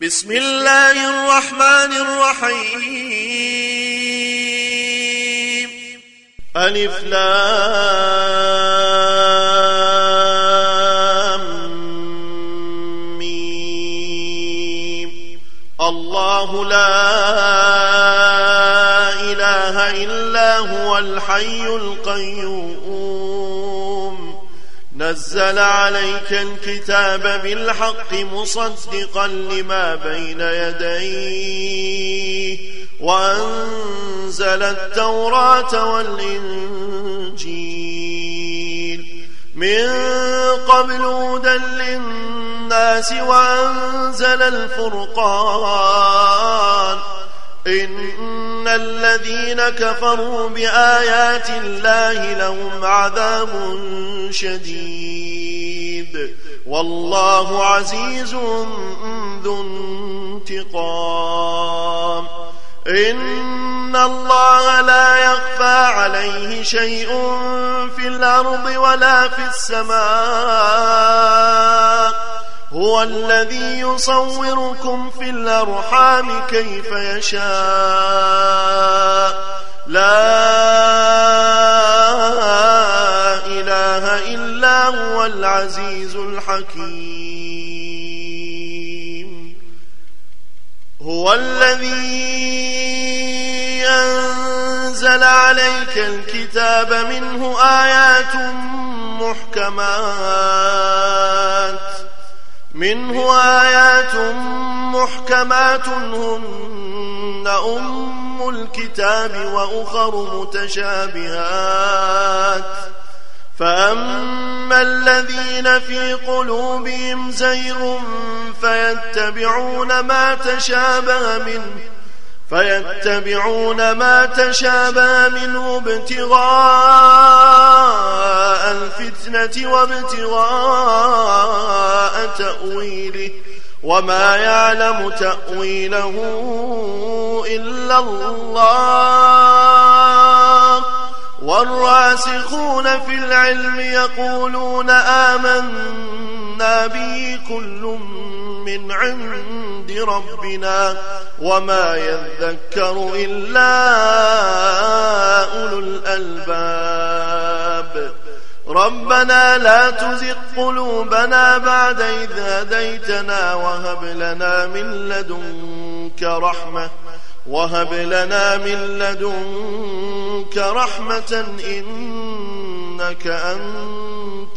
بسم الله الرحمن الرحيم. ألف لام ميم. الله لا إله إلا هو الحي القيوم نزل عليك الكتاب بالحق مصدقا لما بين يديه وأنزل التوراة والإنجيل من قبل هدى للناس وأنزل الفرقان إن الذين كفروا بآيات الله لهم عذاب شديد والله عزيز ذو انتقام. إن الله لا يخفى عليه شيء في الأرض ولا في السماء هو الذي يصوركم في الأرحام كيف يشاء لا إله إلا هو العزيز الحكيم. هو الذي أنزل عليك الكتاب منه آيات محكمات هن أم الكتاب وأخر متشابهات فأما الذين في قلوبهم زيغ فيتبعون ما تشابه منه ابتغاء الفتنة وابتغاء تأويله وما يعلم تأويله إلا الله والراسخون في العلم يقولون آمنا به كل من عند ربنا وما يذكر إلا أولو الألباب. ربنا لا تزغ قلوبنا بعد إذ هديتنا وهب لنا من لدنك رحمة إنك أنت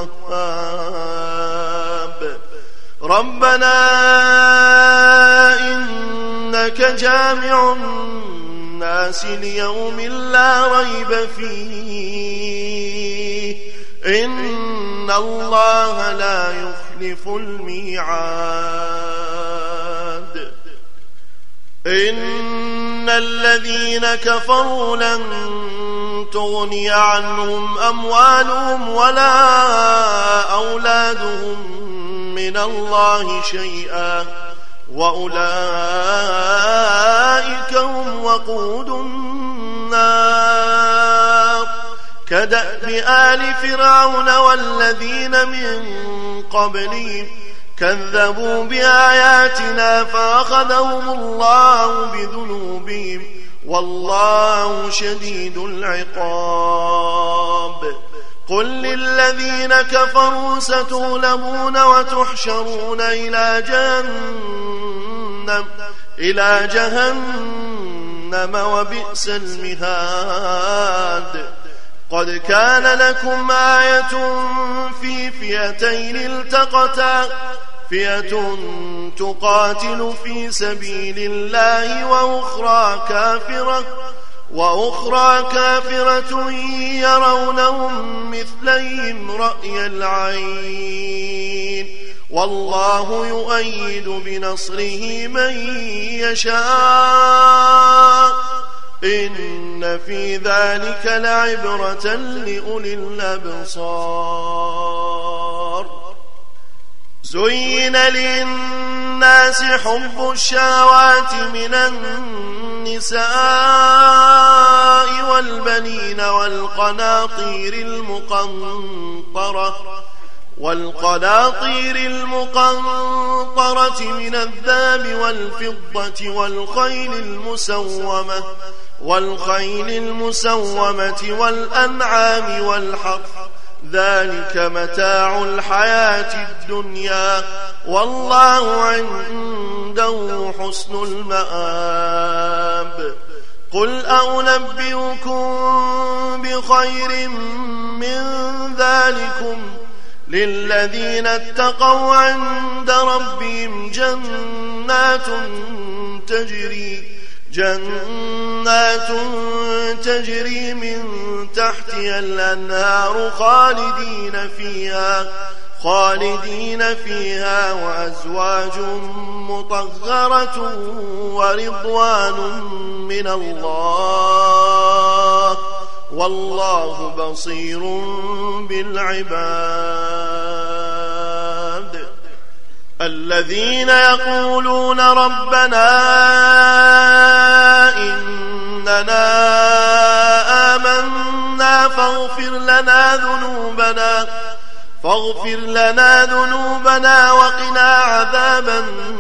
الوهاب. ربنا إنك جامع الناس ليوم لا ريب فيه إن الله لا يخلف الميعاد. إن الذين كفروا لن تغني عنهم أموالهم ولا أولادهم من الله شيئا وأولئك هم وقود النار كدأب آل فرعون والذين من قبلهم كذبوا بآياتنا فأخذهم الله بذنوبهم والله شديد العقاب. قل للذين كفروا ستغلبون وتحشرون إلى جهنم وبئس المهاد. قد كان لكم آية في فئتين التقتا فئة تقاتل في سبيل الله وأخرى كافرة يرونهم مثليهم رأي العين والله يؤيد بنصره من يشاء إن في ذلك لعبرة لأولي الأبصار. زين للناس حب الشهوات من النساء والبنين والقناطير والقناطير المقنطرة من الذهب والفضة والخيل المسومة والأنعام والحرث ذلك متاع الحياة الدنيا والله عنده حسن المآب. قل أنبئكم بخير من ذلكم للذين اتقوا عند ربهم جنات تجري من تحتها الأنهار خالدين فيها وأزواج مطهرة ورضوان من الله والله بصير بالعباد. الذين يقولون ربنا إننا آمنا فاغفر لنا ذنوبنا وقنا عذاب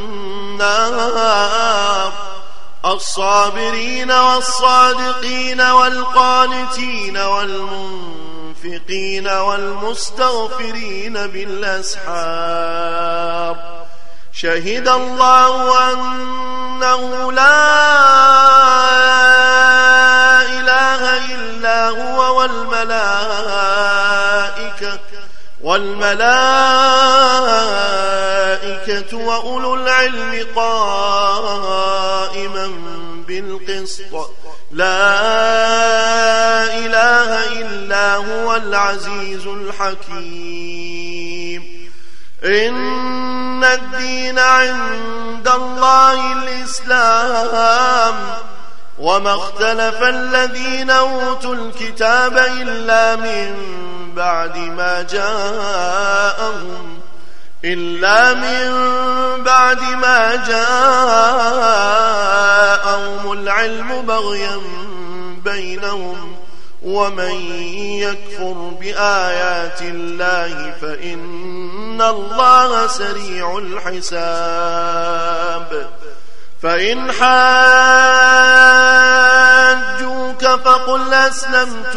النار. الصابرين والصادقين والقانتين والمنفقين والمستغفرين بالأسحار. شهد الله أنه لا إله إلا هو والملائكة وأولو العلم قائما بالقسط. لا إله إلا هو العزيز الحكيم. إن الدين عند الله الإسلام وما اختلف الذين أوتوا الكتاب إلا من بعد ما جاءهم العلم بغيا بينهم ومن يكفر بآيات الله فإن الله سريع الحساب. فإن حاجوك فقل أسلمت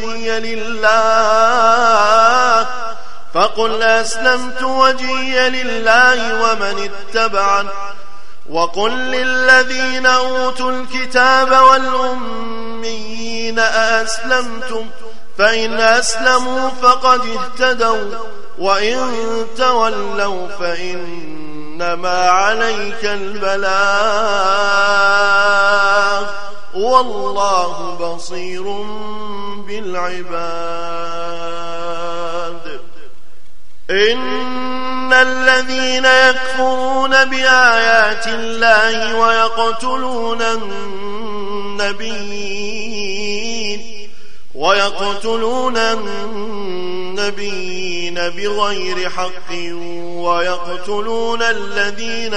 وجهي لله ومن اتبعني وقل للذين أوتوا الكتاب والأميين أأسلمتم فإن أسلموا فقد اهتدوا وإن تولوا فإنما عليك البلاغ والله بصير بالعباد. إن الذين يكفرون بآيات الله ويقتلون النبيين بغير حق ويقتلون الذين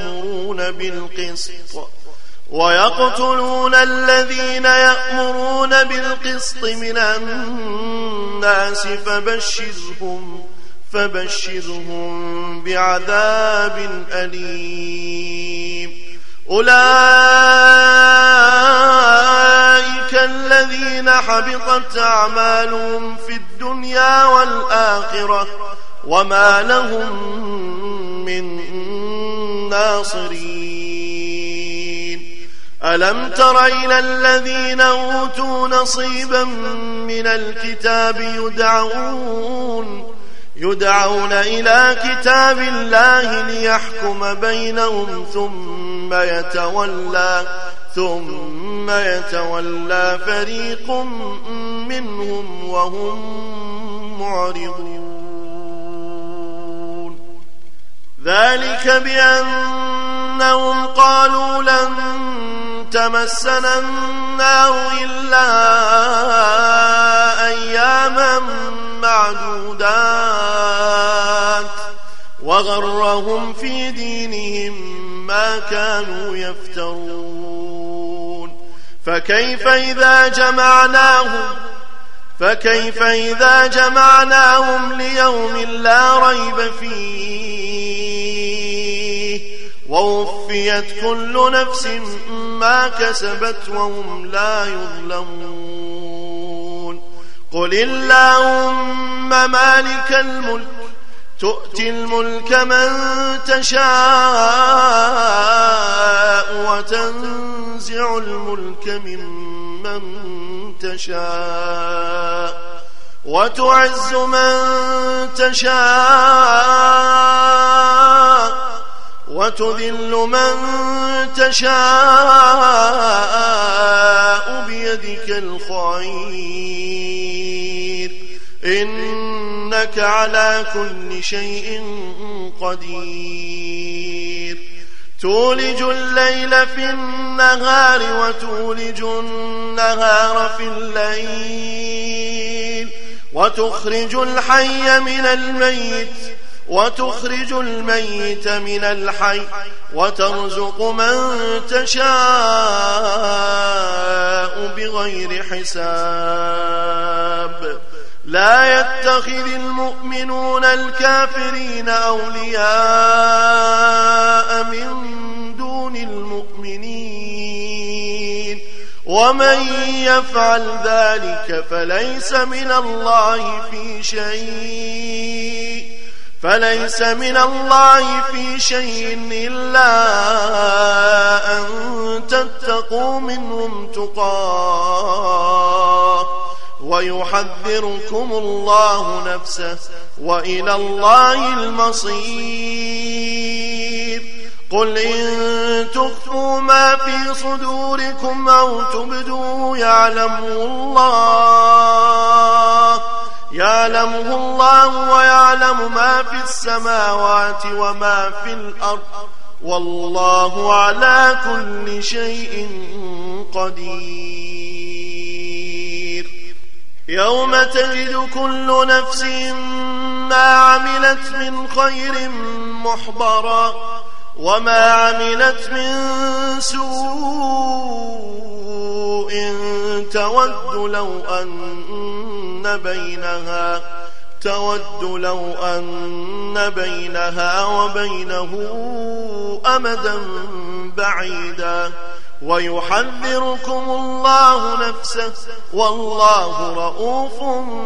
يأمرون بالقسط من الناس فبشرهم بعذاب أليم. أولئك الذين حبطت أعمالهم في الدنيا والآخرة وما لهم من ناصرين. ألم تر إلى الذين أوتوا نصيبا من الكتاب يدعون إلى كتاب الله ليحكم بينهم ثم يتولى فريق منهم وهم معرضون. ذلك بأنهم قالوا لن تمسنا النار إلا أياما معدودات وغرهم في دينهم ما كانوا يفترون. فكيف إذا جمعناهم فكيف إذا جمعناهم ليوم لا ريب فيه ووفيت كل نفس ما كسبت وهم لا يظلمون قل اللهم مالك الملك تؤتي الملك من تشاء وتنزع الملك ممن تشاء وتعز من تشاء وتذل من تشاء بيدك الخير إنك على كل شيء قدير تولج الليل في النهار وتولج النهار في الليل وتخرج الحي من الميت وتخرج الميت من الحي وترزق من تشاء بغير حساب لا يتخذ المؤمنون الكافرين أولياء من دون المؤمنين ومن يفعل ذلك فليس من الله في شيء إلا أن تتقوا منهم تقاه ويحذركم الله نفسه وإلى الله المصير قل إن تخفوا ما في صدوركم أو تبدوه يعلمه الله ويعلم ما في السماوات وما في الأرض والله على كل شيء قدير يوم تجد كل نفس ما عملت من خير محضرا وما عملت من سوء تود لو أن بينها وبينه أمدا بعيدا ويحذركم الله نفسه والله رؤوف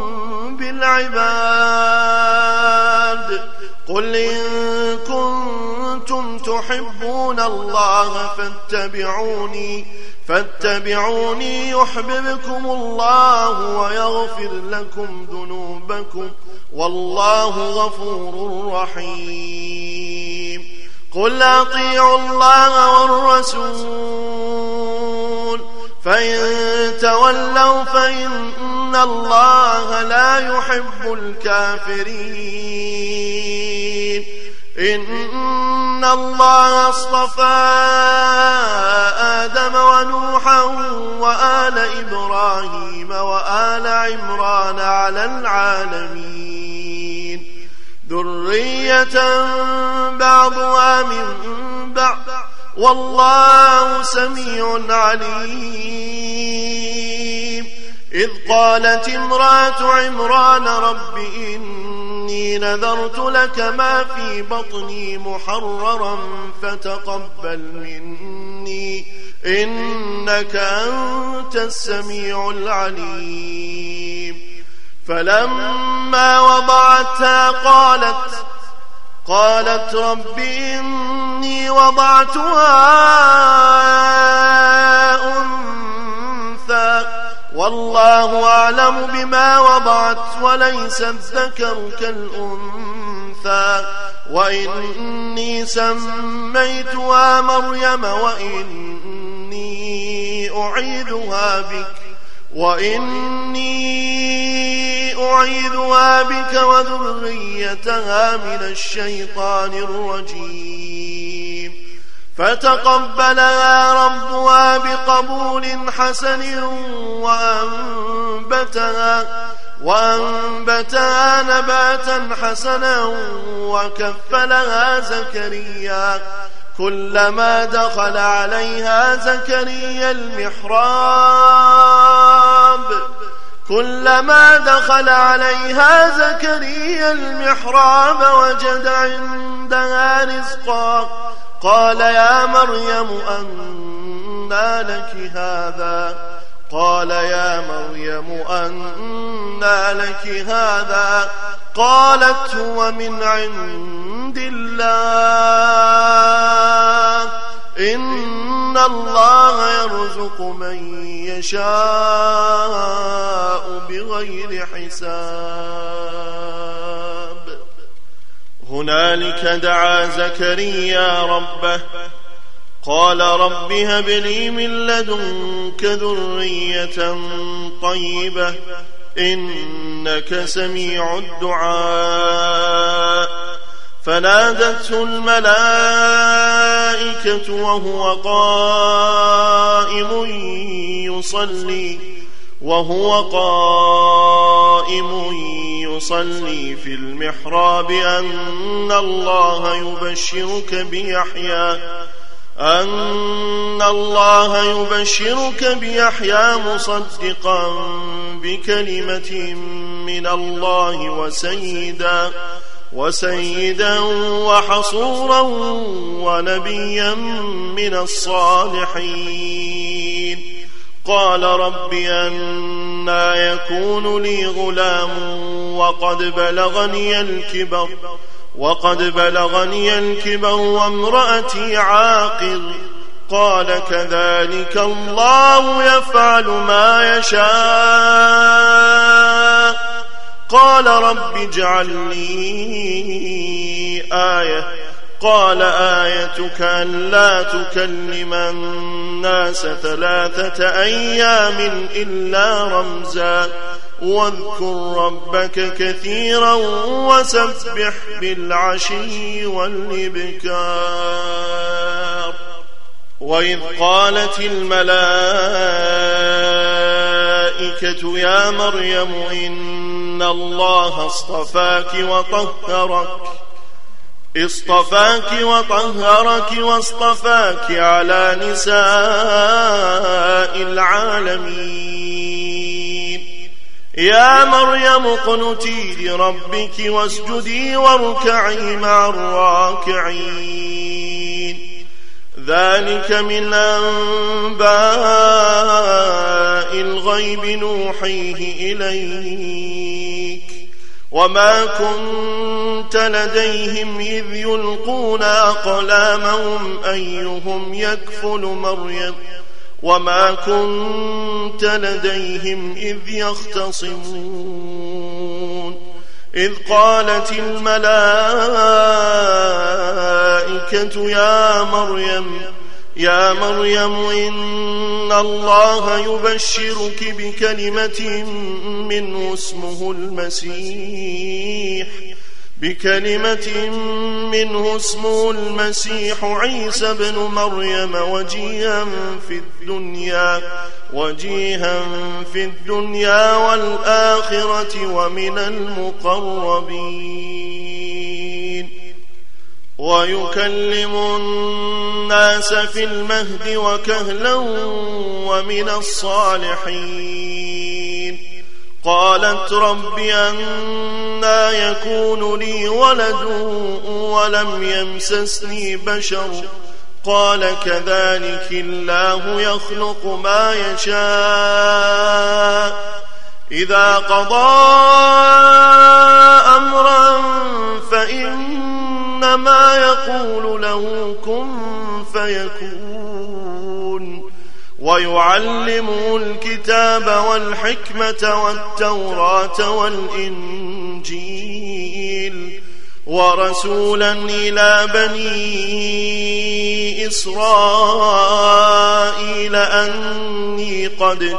بالعباد قل إن كنتم تحبون الله فاتبعوني يحببكم الله ويغفر لكم ذنوبكم والله غفور رحيم قل أطيعوا الله والرسول فإن تولوا فإن الله لا يحب الكافرين إن الله اصطفى آدم ونوحا وآل إبراهيم وآل عمران على العالمين ذرية بعضها من بعض والله سميع عليم إذ قالت امرأة عمران رب إني نذرت لك ما في بطني محررا فتقبل مني إنك أنت السميع العليم فلما وضعتها قالت رب إني وضعتها أنثى والله أعلم بما وضعت وليس الذكر كالأنثى وإني سميتها مريم وإني أعيذها بك وذريتها من الشيطان الرجيم فتقبلها ربها بقبول حسن وأنبتها نباتا حسنا وكفلها زكريا كلما دخل عليها زكريا المحراب كلما دخل عليها زكريا المحراب وجد عندها رزقا قال يا مريم أنى لك هذا قالت هو من عند الله إن الله يرزق من يشاء بغير حساب. هنالك دعا زكريا ربه قال رب هب لي من لدنك ذرية طيبة إنك سميع الدعاء. فنادته الملائكة وهو قائم يصلي في المحراب أن الله يبشرك بيحيى مصدقا بكلمة من الله وسيدا وحصورا ونبيا من الصالحين. قال رب أنى يكون لي غلام وقد بلغني الكبر وامرأتي عاقر. قال كذلك الله يفعل ما يشاء. قال رب اجعل لي آية. قال آيتك ألا تكلم الناس 3 أيام إلا رمزا واذكر ربك كثيرا وسبح بالعشي والإبكار. وإذ قالت الملائكة يا مريم إن الله اصطفاك وطهرك واصطفاك على نساء العالمين. يا مريم اقنتي لربك واسجدي واركعي مع الراكعين. ذلك من أنباء الغيب نوحيه إليك وما كنت لديهم إذ يلقون أقلامهم أيهم يكفل مريم وما كنت لديهم إذ يختصمون. إذ قالت الملائكة يا مريم إن الله يبشرك بكلمة منه اسمه المسيح عيسى بن مريم وجيها في الدنيا والآخرة ومن المقربين ويكلم الناس في المهد وكهلا ومن الصالحين. قالت رب أنى يكون لي ولد ولم يمسسني بشر قال كذلك الله يخلق ما يشاء إذا قضى أمرا فإنما يقول له كن فيكون. ويعلمه الكتاب والحكمة والتوراة والإنجيل ورسولا إلى بني إسرائيل أني قد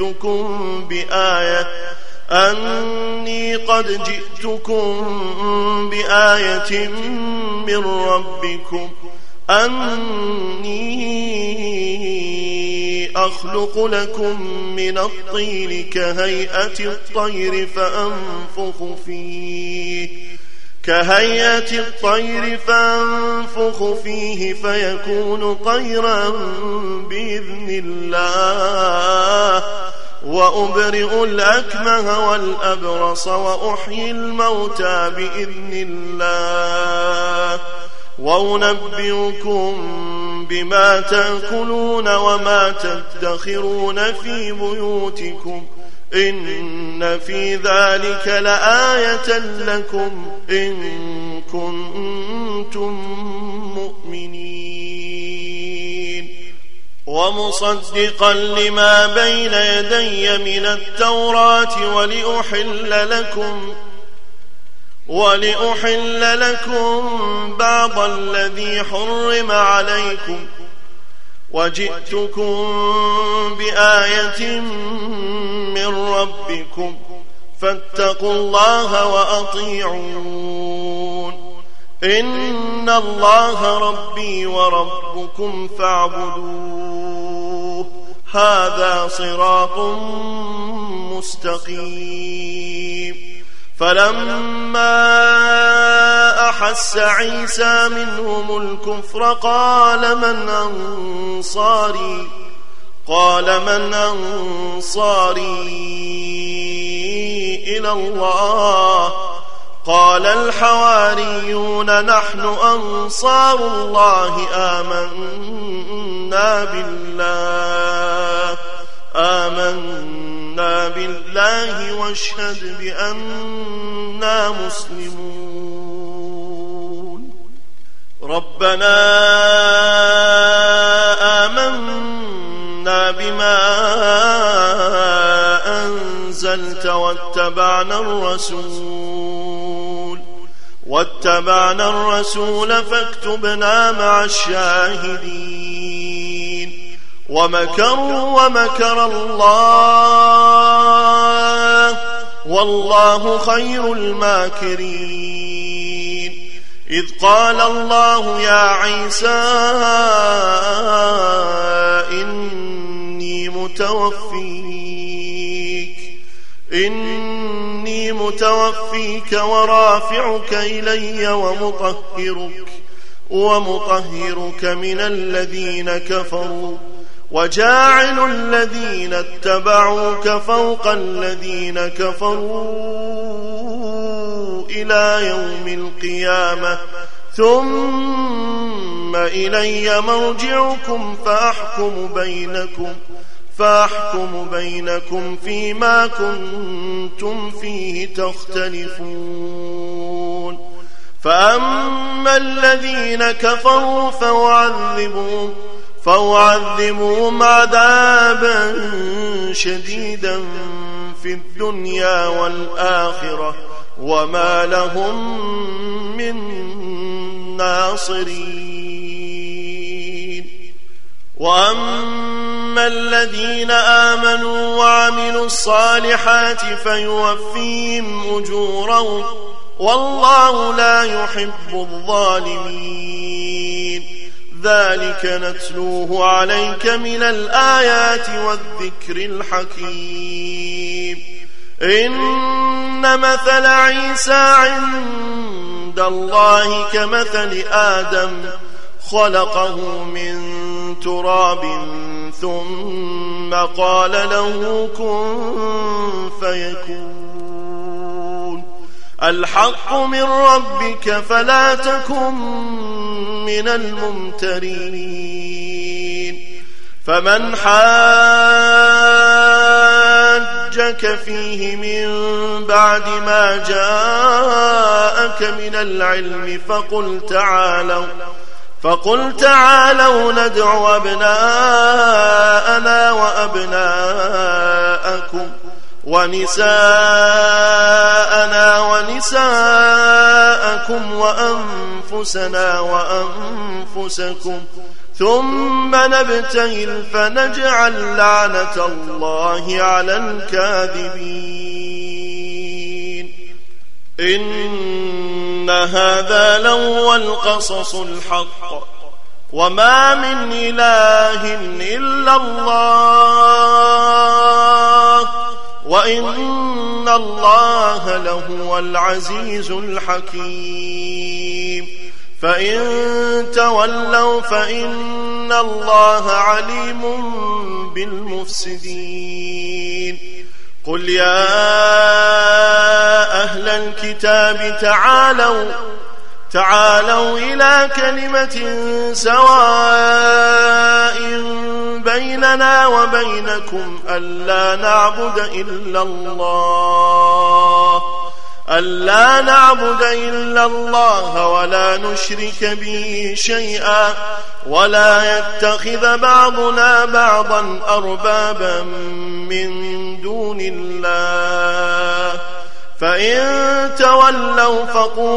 جئتكم بآية من ربكم أني أخلق لكم من الطين كهيئة الطير فأنفخ فيه فيكون طيرا بإذن الله وأبرئ الأكمه والأبرص وأحيي الموتى بإذن الله وأنبئكم بما تأكلون وما تدخرون في بيوتكم إن في ذلك لآية لكم إن كنتم مؤمنين ومصدقا لما بين يدي من التوراة ولأحل لكم بعض الذي حرم عليكم وجئتكم بآية من ربكم فاتقوا الله وأطيعون إن الله ربي وربكم فاعبدوه هذا صراط مستقيم فلما أحس عيسى منهم الكفر قال من أنصاري إلى الله قال الحواريون نحن أنصار الله آمنا بالله واشهد بأننا مسلمون ربنا آمنا بما أنزلت واتبعنا الرسول فاكتبنا مع الشاهدين ومكروا ومكر الله والله خير الماكرين إذ قال الله يا عيسى إني متوفيك ورافعك إلي ومطهرك من الذين كفروا وجاعل الذين اتبعوك فوق الذين كفروا إلى يوم القيامة ثم إلي مرجعكم فأحكم بينكم فيما كنتم فيه تختلفون فأما الذين كفروا فأعذبهم عذابا شديدا في الدنيا والآخرة وما لهم من ناصرين وأما الذين آمنوا وعملوا الصالحات فيوفيهم أجورهم والله لا يحب الظالمين ذلك نتلوه عليك من الآيات والذكر الحكيم إن مثل عيسى عند الله كمثل آدم خلقه من تراب ثم قال له كن فيكون الحق من ربك فلا تكن من الممترين فمن حاجك فيه من بعد ما جاءك من العلم فقل تعالوا ندع أبناءنا وأبناءكم ونساءنا ونساءكم وأنفسنا وأنفسكم ثم نبتهل فنجعل لعنة الله على الكاذبين إن هذا لهو القصص الحق وما من إله إلا الله وإن الله لهو العزيز الحكيم فإن تولوا فإن الله عليم بالمفسدين قل يا أهل الكتاب تعالوا إلى كلمة سواء بيننا وبينكم ألا نعبد إلا الله ولا نشرك به شيئا ولا يتخذ بعضنا بعضا أربابا من دون الله فإن تولوا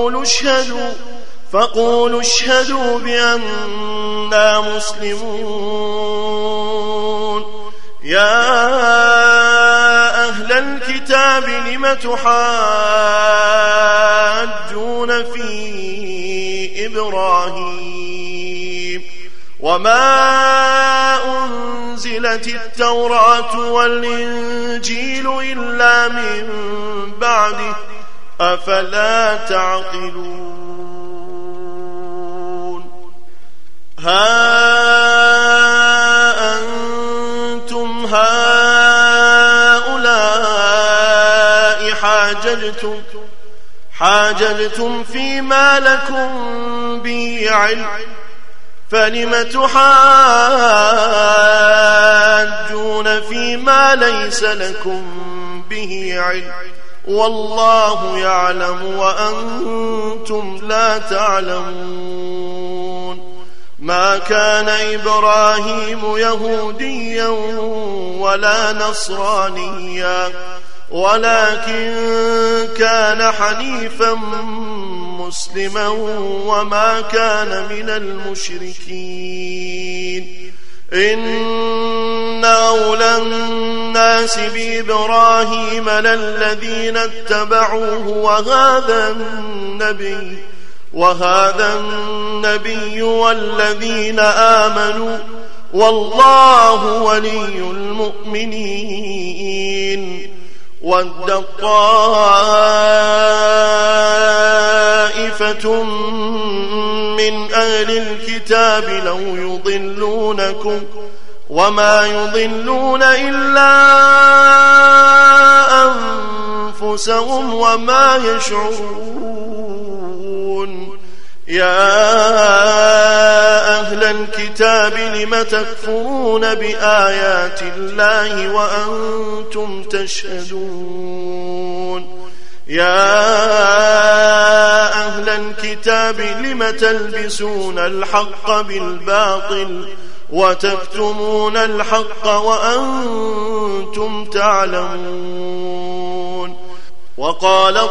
فقولوا اشهدوا بأننا مسلمون يا أهل الكتاب لم تحاجون في إبراهيم وما أنزلت التوراة والإنجيل إلا من بعده أفلا تعقلون ها أنتم هؤلاء حاججتم فيما لكم به علم فلم تحاجون فيما ليس لكم به علم والله يعلم وأنتم لا تعلمون ما كان إبراهيم يهوديا ولا نصرانيا ولكن كان حنيفا مسلما وما كان من المشركين إن أولى الناس بإبراهيم للذين اتبعوه وهذا النبي والذين آمنوا والله ولي المؤمنين ود طائفة من أهل الكتاب لو يضلونكم وما يضلون إلا أنفسهم وما يشعرون يا أهل الكتاب لم تكفرون بآيات الله وأنتم تشهدون يا أهل الكتاب لم تلبسون الحق بالباطل وتكتمون الحق وأنتم تعلمون وقالت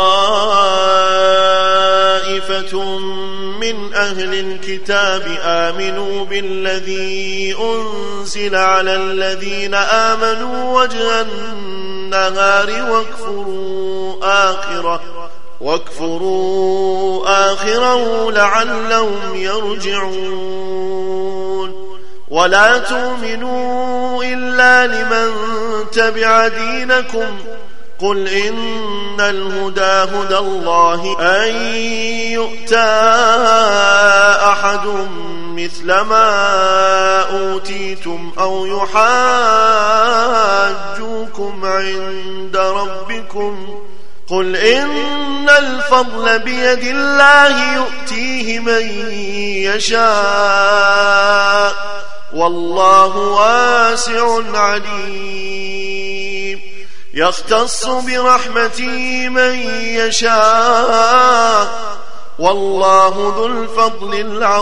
طائفة من أهل الكتاب آمنوا بالذي أنزل على الذين آمنوا وجه النهار واكفروا آخره لعلهم يرجعون ولا تؤمنوا إلا لمن تبع دينكم قل إن الهدى هدى الله أن يؤتى أحد مثل ما أوتيتم أو يحاجوكم عند ربكم قل إن الفضل بيد الله يؤتيه من يشاء والله واسع عليم يختص برحمته من يشاء والله ذو الفضل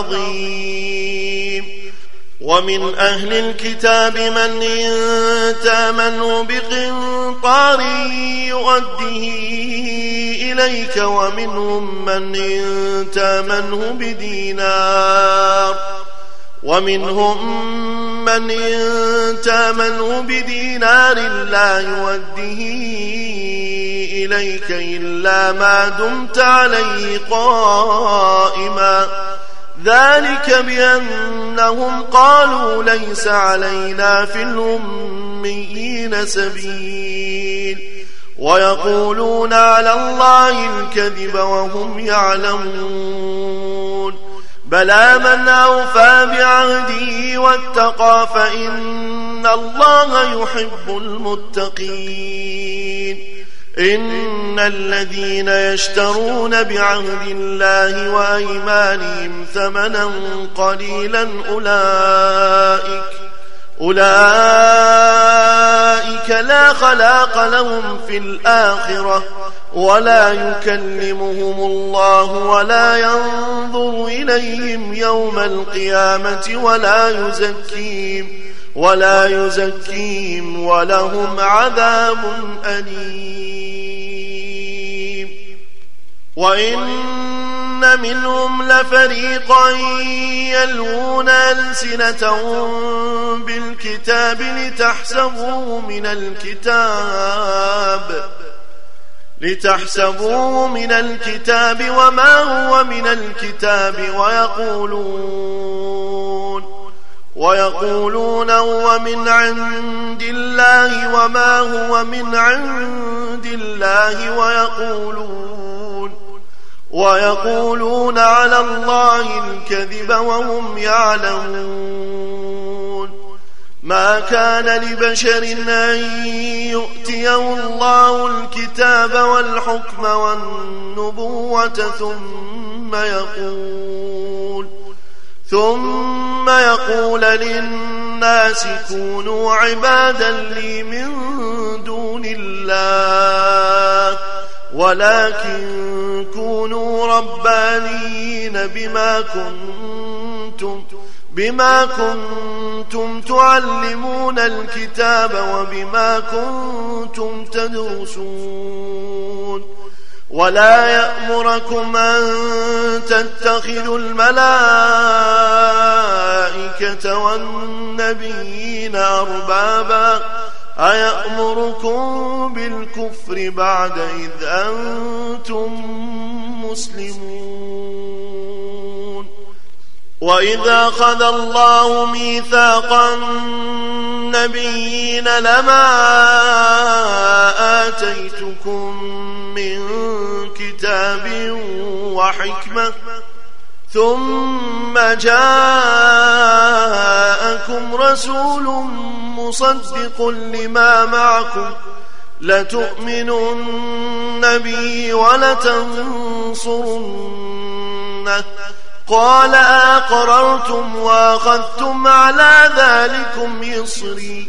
العظيم ومن أهل الكتاب من إن تامنه بقنطار يؤده إليك ومنهم من إن تامنه بدينار لا يؤده إليك إلا ما دمت عليه قائما ذلك بأنهم قالوا ليس علينا في الأميين سبيل ويقولون على الله الكذب وهم يعلمون بلى من أوفى بعهده واتقى فإن الله يحب المتقين. إن الذين يشترون بعهد الله وأيمانهم ثمنا قليلا أولئك لا خلاق لهم في الآخرة ولا يكلمهم الله ولا ينظر إليهم يوم القيامة ولا يزكيهم ولهم عذاب أليم. وإن منهم لفريقا يلوون ألسنتهم بالكتاب لتحسبوه من الكتاب وما هو من الكتاب ويقولون هو من عند الله وما هو من عند الله ويقولون على الله الكذب وهم يعلمون. ما كان لبشر أن يؤتيه الله الكتاب والحكم والنبوة ثم يقول للناس كونوا عبادا لي من دون الله ولكن كونوا ربانيين بما كنتم تعلمون الكتاب وبما كنتم تدرسون. ولا يأمركم أن تتخذوا الملائكة والنبيين أربابا أيأمركم بالكفر بعد إذ أنتم مسلمون. وإذا أخذ الله ميثاق النبيين لما آتيتكم من كتاب وحكمة ثم جاءكم رسول مصدق لما معكم لتؤمنن به ولتنصرنه قال أقررتم وأخذتم على ذلكم إصري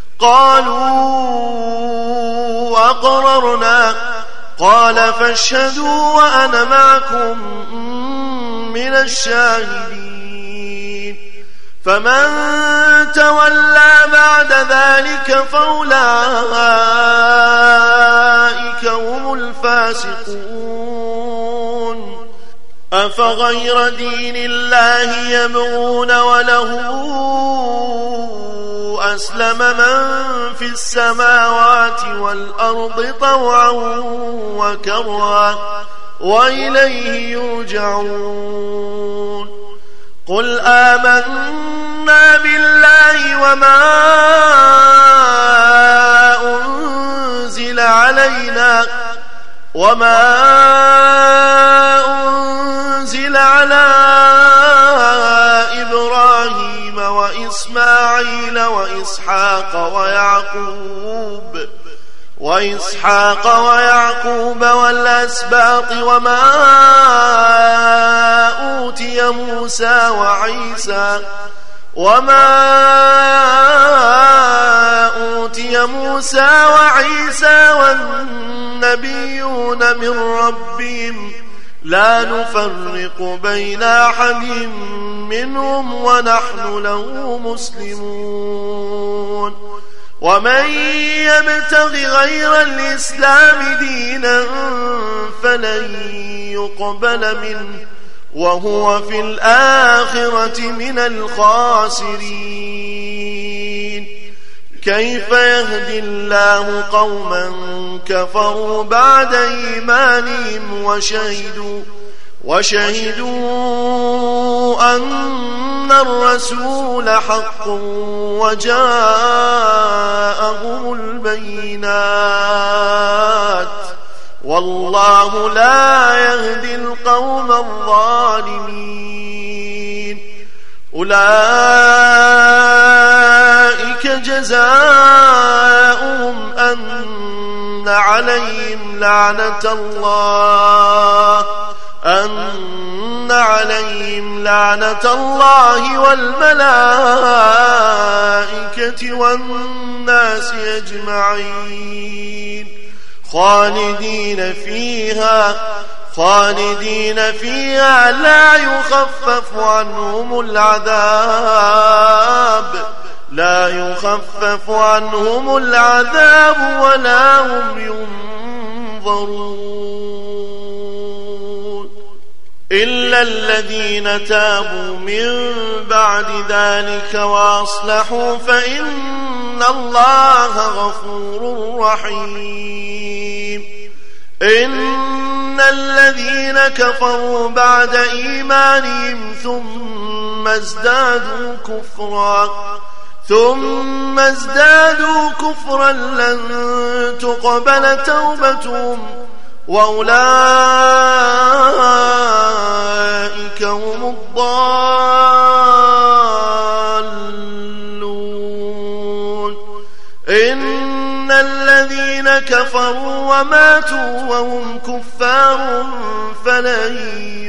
قالوا أقررنا قال فاشهدوا وأنا معكم من الشاهدين. فمن تولى بعد ذلك فأولئك هم الفاسقون. أفغير دين الله يبغون وله أسلم من في السماوات والأرض طوعا وكرها وإليه يرجعون. قل آمنا بالله وما أنزل على إبراهيم وإسماعيل وإسحاق ويعقوب والأسباط وما أوتي موسى وعيسى والنبيون من ربهم لا نفرق بين أحد منهم ونحن له مسلمون. ومن يبتغ غير الإسلام دينا فلن يقبل منه وهو في الآخرة من الخاسرين. كيف يهدي الله قوما كفروا بعد إيمانهم وشهدوا أن الرسول حق وجاءهم البينات والله لا يهدي القوم الظالمين. أولئك جزاؤهم أن عليهم لعنة الله والملائكة والناس أجمعين خالدين فيها لا يخفف عنهم العذاب ولا هم ينظرون إلا الذين تابوا من بعد ذلك وأصلحوا فإن الله غفور رحيم. إن الذين كفروا بعد إيمانهم ثم ازدادوا كفرا لن تقبل توبتهم وأولئك هم الضالون. إن الذين كفروا وماتوا وهم كفار فلن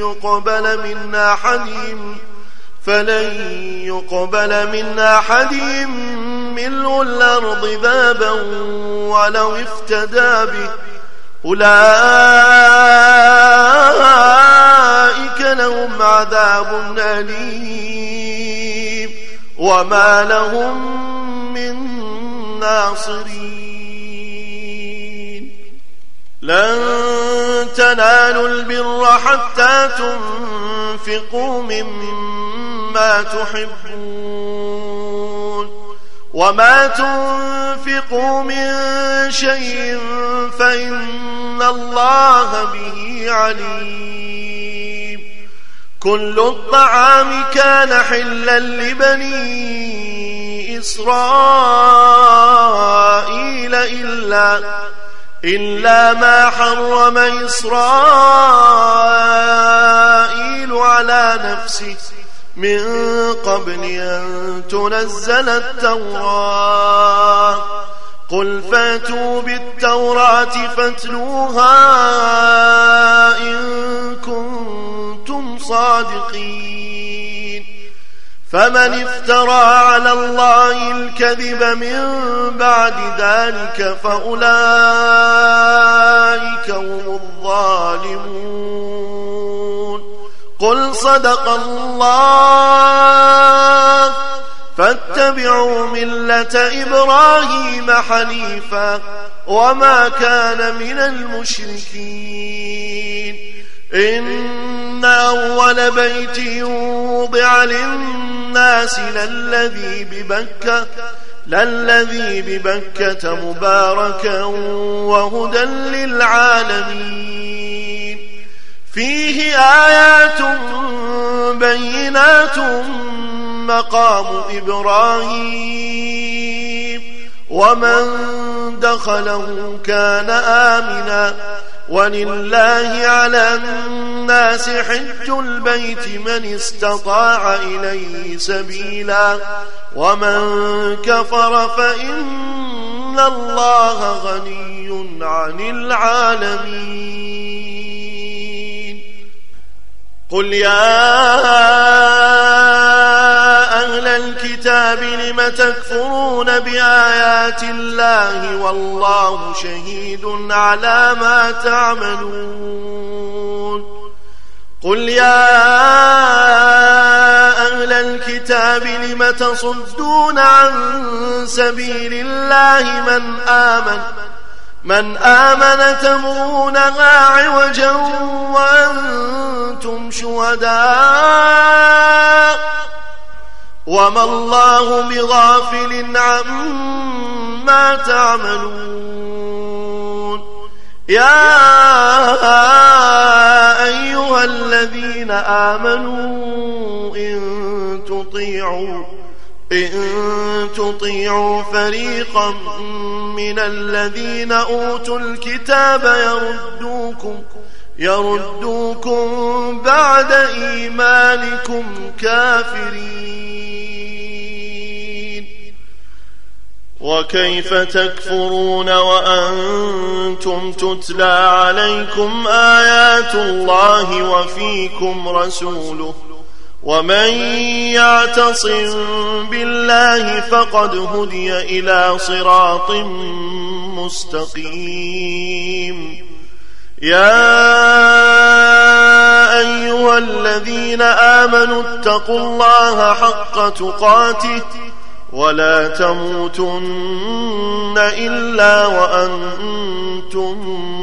يقبل من أحدهم ملء الأرض ذهبا ولو افتدى به. أولئك لهم عذاب أليم وما لهم من ناصرين. لن تنالوا البر حتى تنفقوا مما تحبون وما تنفقوا من شيء فإن الله به عليم. كل الطعام كان حلا لبني إسرائيل إلا ما حرم إسرائيل على نفسه من قبل أن تنزل التوراة. قل فاتوا بالتوراة فاتلوها إن كنتم صادقين. فمن افترى على الله الكذب من بعد ذلك فأولئك هم الظالمون. قل صدق الله فاتبعوا ملة إبراهيم حنيفا وما كان من المشركين. إن أول بيت وضع للناس للذي ببكة مباركا وهدى للعالمين. فيه آيات بينات مقام إبراهيم ومن دخله كان آمنا ولله على الناس حج البيت من استطاع إليه سبيلا ومن كفر فإن الله غني عن العالمين. قل يا أهل الكتاب لم تكفرون بآيات الله والله شهيد على ما تعملون. قل يا أهل الكتاب لم تصدون عن سبيل الله من آمن تبغونها عوجا وأنتم شهداء وما الله بغافل عما تعملون. يا أيها الذين آمنوا إن تطيعوا فريقا من الذين أوتوا الكتاب يردوكم بعد إيمانكم كافرين. وكيف تكفرون وأنتم تتلى عليكم آيات الله وفيكم رسوله ومن يعتصم بالله فقد هدي إلى صراط مستقيم. يا أيها الذين آمنوا اتقوا الله حق تقاته ولا تموتن إلا وأنتم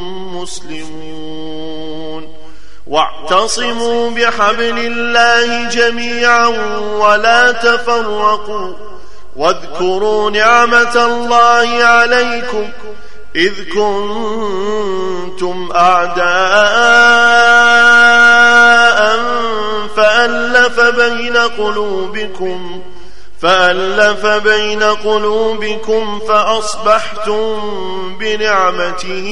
مسلمون. واعتصموا بحبل الله جميعا ولا تفرقوا واذكروا نعمة الله عليكم إذ كنتم أعداء فألف بين قلوبكم فأصبحتم بنعمته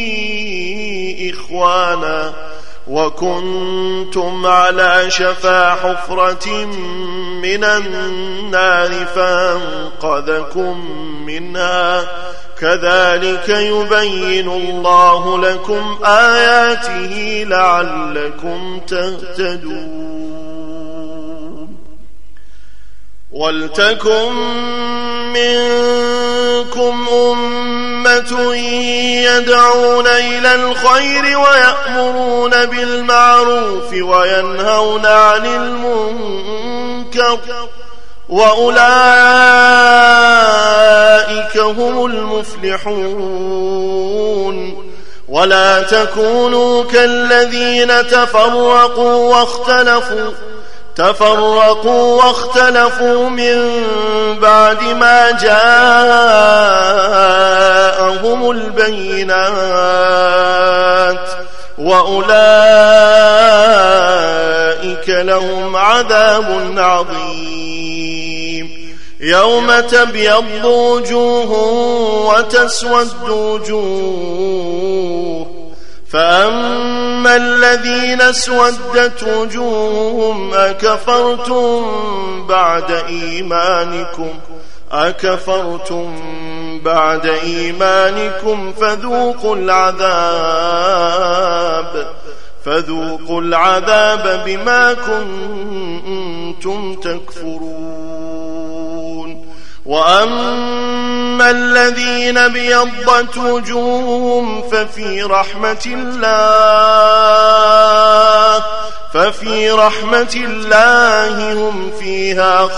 إخوانا وكنتم على شفا حفرة من النار فانقذكم منها كذلك يبين الله لكم آياته لعلكم تهتدون. ولتكن منكم أمة يدعون إلى الخير ويأمرون بالمعروف وينهون عن المنكر وأولئك هم المفلحون. ولا تكونوا كالذين تفرقوا واختلفوا من بعد ما جاءهم البينات وأولئك لهم عذاب عظيم. يوم تبيض وجوه وتسود وجوه فأما الذين اسودت وجوههم أكفرتم بعد إيمانكم فذوقوا العذاب بما كنتم تكفرون. وأما الذين ابيضت وجوههم ففي رحمة الله هم فيها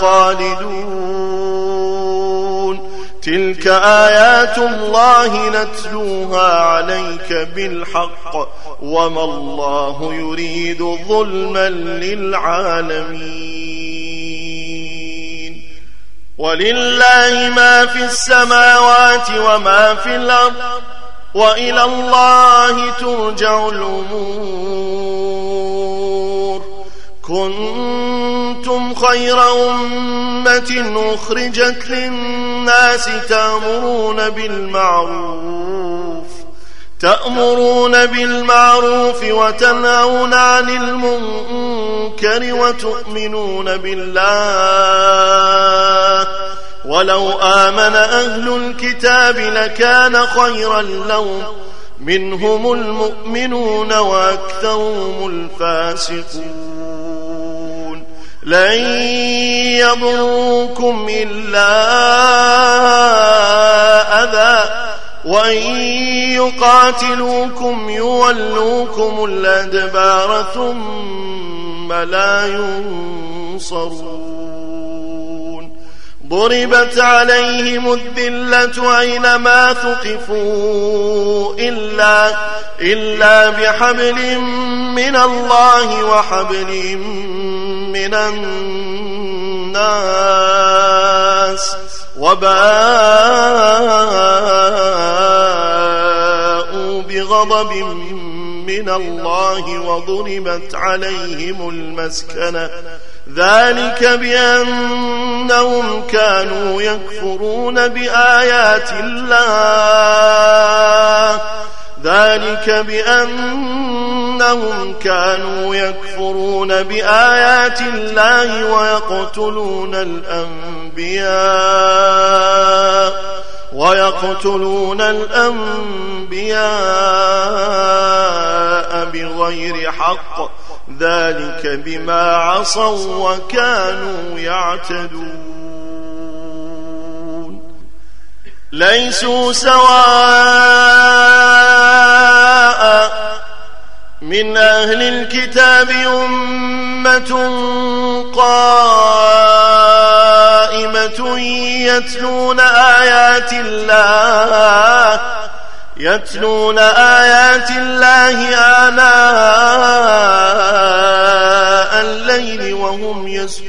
خالدون. تلك آيات الله نتلوها عليك بالحق وما الله يريد ظلما للعالمين. ولله ما في السماوات وما في الأرض وإلى الله ترجع الأمور. كنتم خير أمة أخرجت للناس تأمرون بالمعروف وتنهون عن المنكر وتؤمنون بالله. ولو آمن أهل الكتاب لكان خيرا لهم منهم المؤمنون وأكثرهم الفاسقون. لن يضروكم إلا أذى وإن يقاتلوكم يولوكم الأدبار ثم لا ينصرون. ضربت عليهم الذلة أينما ثقفوا إلا بحبل من الله وحبل من الناس وباءوا بغضب من الله وضربت عليهم المسكنة ذلك بأنهم كانوا يكفرون بآيات الله ذلك بأنهم كانوا يكفرون بآيات الله ويقتلون الأنبياء بغير حق، ذلك بما عصوا وكانوا يعتدون. ليسوا سواء من أهل الكتاب أمة قائمة يتلون آيات الله آناء الليل وهم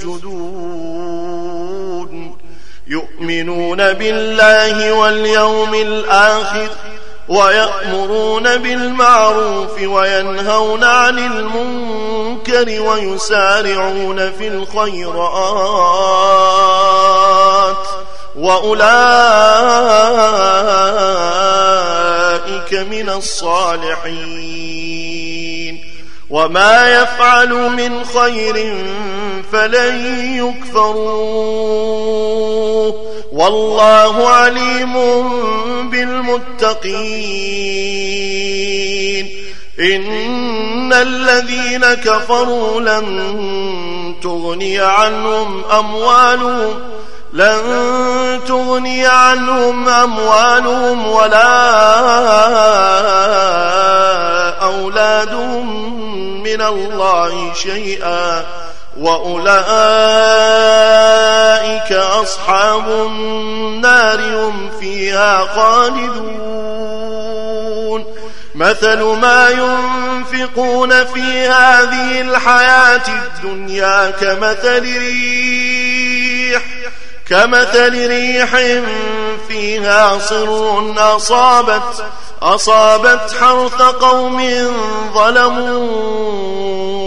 يسجدون، يؤمنون بالله واليوم الآخر، ويأمرون بالمعروف وينهون عن المنكر ويسارعون في الخيرات، وأولئك من الصالحين. وما يفعلوا من خير فلن يكفروه، والله عليم بالمتقين. إن الذين كفروا لن تغني عنهم أموالهم ولا أولادهم من الله شيئا، وأولئك أصحاب النار هم فيها خالدون. مثل ما ينفقون في هذه الحياة الدنيا كمثل ريح فيها صر أصابت حرث قوم ظلموا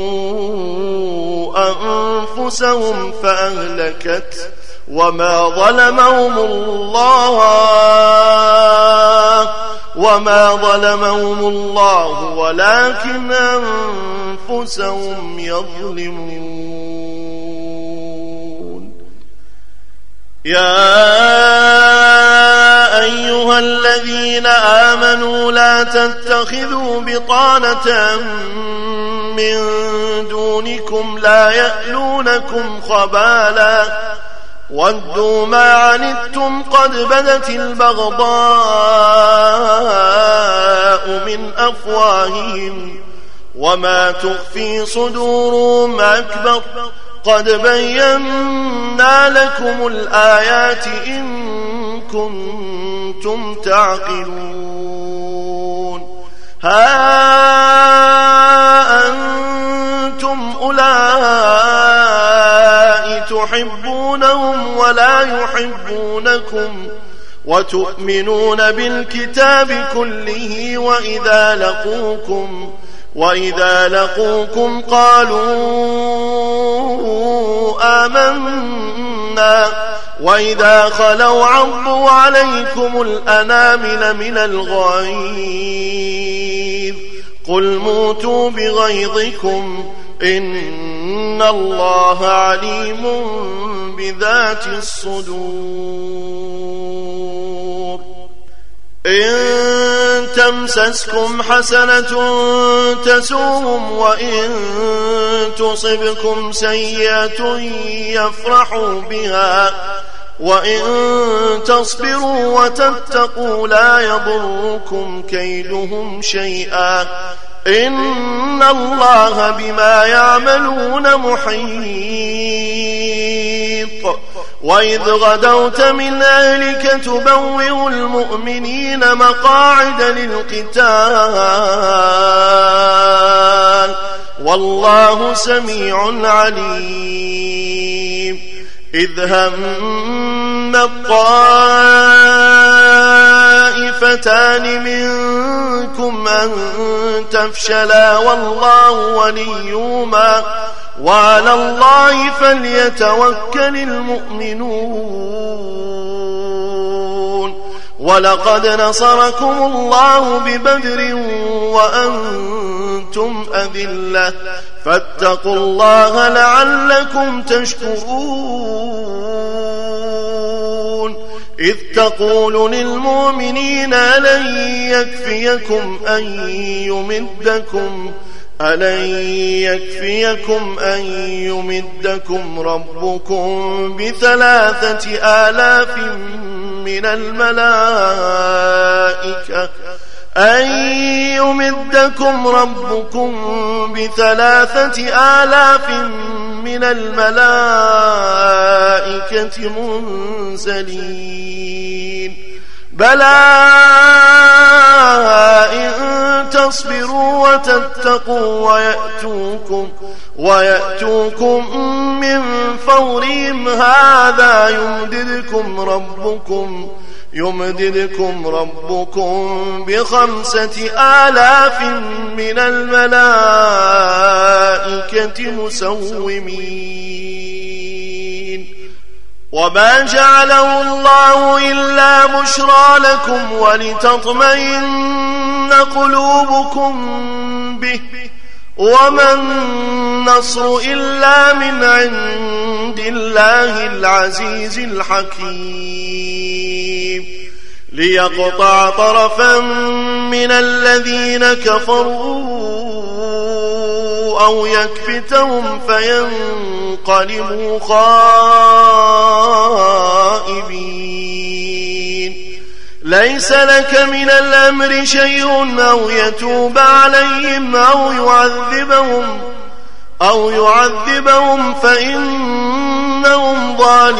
أنفسهم فأهلكت، وما ظلمهم الله ولكن أنفسهم يظلمون. يا أيها الذين آمنوا لا تتخذوا بطانة من دونكم لا يألونكم خبالا ودوا ما عنتم قد بدت البغضاء من أفواههم وما تخفي صدورهم أكبر قد بينا لكم الآيات إن كنتم تعقلون. ها أنتم أولئك تحبونهم ولا يحبونكم وتؤمنون بالكتاب كله وإذا لقوكم قالوا آمنا وإذا خلوا عضوا عليكم الأنامل من الغيظ قل موتوا بغيظكم إن الله عليم بذات الصدور. إن تمسسكم حسنة تسوهم وإن تصبكم سيئة يفرحوا بها وإن تصبروا وتتقوا لا يضركم كيدهم شيئا إن الله بما يعملون محيط. وإذ غدوت من أهلك تبوئ المؤمنين مقاعد للقتال والله سميع عليم. إذ هم الطائفتان منكم أن تفشلا والله وليهما وعلى الله فليتوكل المؤمنون. ولقد نصركم الله ببدر وأنتم أذلة فاتقوا الله لعلكم تشكرون إذ تقول للمؤمنين ألن يكفيكم أن يمدكم ربكم ب3,000 من الملائكة منزلين بلى إن تصبروا وتتقوا ويأتوكم من فورهم هذا يمددكم ربكم ب5,000 من الملائكة مسومين وما جعله الله إلا بشرى لكم ولتطمئن قلوبكم به وما النصر إلا من عند الله العزيز الحكيم ليقطع طرفا من الذين كفروا أو يكبتهم فينقلبوا خائبين ليس لك من الأمر شيء أو يتوب عليهم أو يعذبهم فإنهم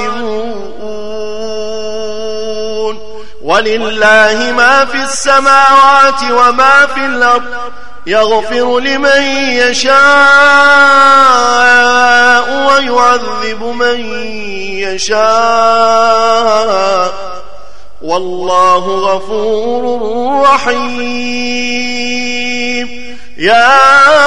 ظالمون ولله ما في السماوات وما في الأرض يغفر لمن يشاء ويعذب من يشاء والله غفور رحيم يا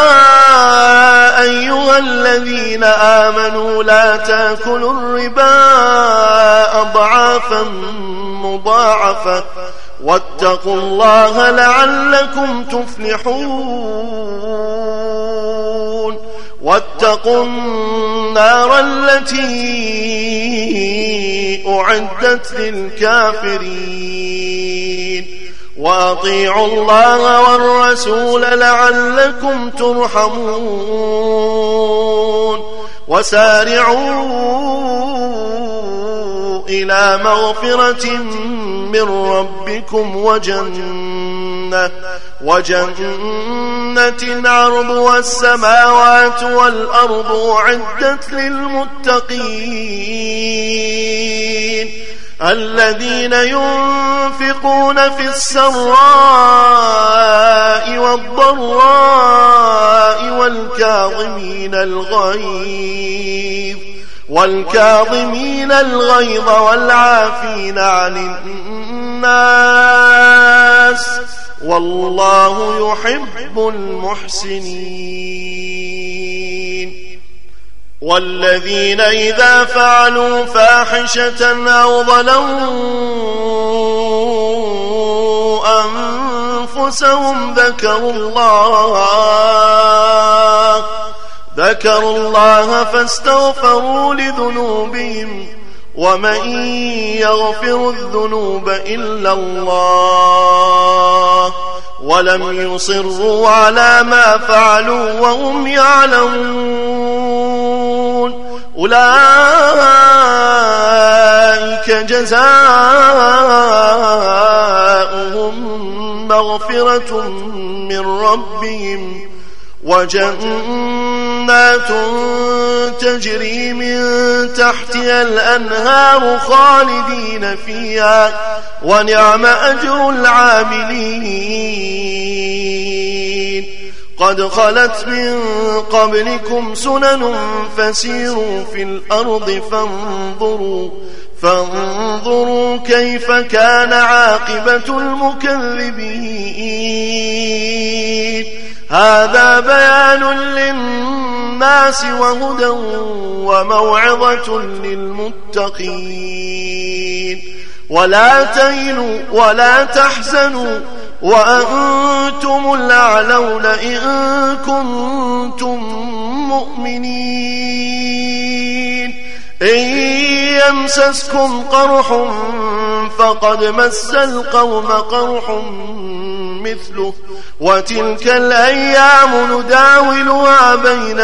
أيها الذين آمنوا لا تأكلوا الربا أضعافا مضاعفة واتقوا الله لعلكم تفلحون واتقوا النار التي أعدت للكافرين وأطيعوا الله والرسول لعلكم ترحمون وسارعوا إلى مغفرة من ربكم وجنة عرضها السماوات والأرض أعدت للمتقين الذين ينفقون في السراء والضراء والكاظمين الغيظ والعافين عن الناس والله يحب المحسنين والذين إذا فعلوا فاحشة أو ظلموا أنفسهم ذكروا الله فاستغفروا لذنوبهم ومن يغفر الذنوب إلا الله ولم يصروا على ما فعلوا وهم يعلمون أولئك جزاؤهم مغفرة من ربهم وجنات تجري من تحتها الأنهار خالدين فيها ونعم أجر العاملين قد خلت من قبلكم سنن فسيروا في الأرض فانظروا كيف كان عاقبة المكذبين هذا بيان للناس وهدى وموعظة للمتقين ولا تهنوا ولا تحزنوا وأنتم الأعلون إن كنتم مؤمنين إن يمسسكم قرح فقد مس القوم قرح مثله وتلك الأيام نداولها بين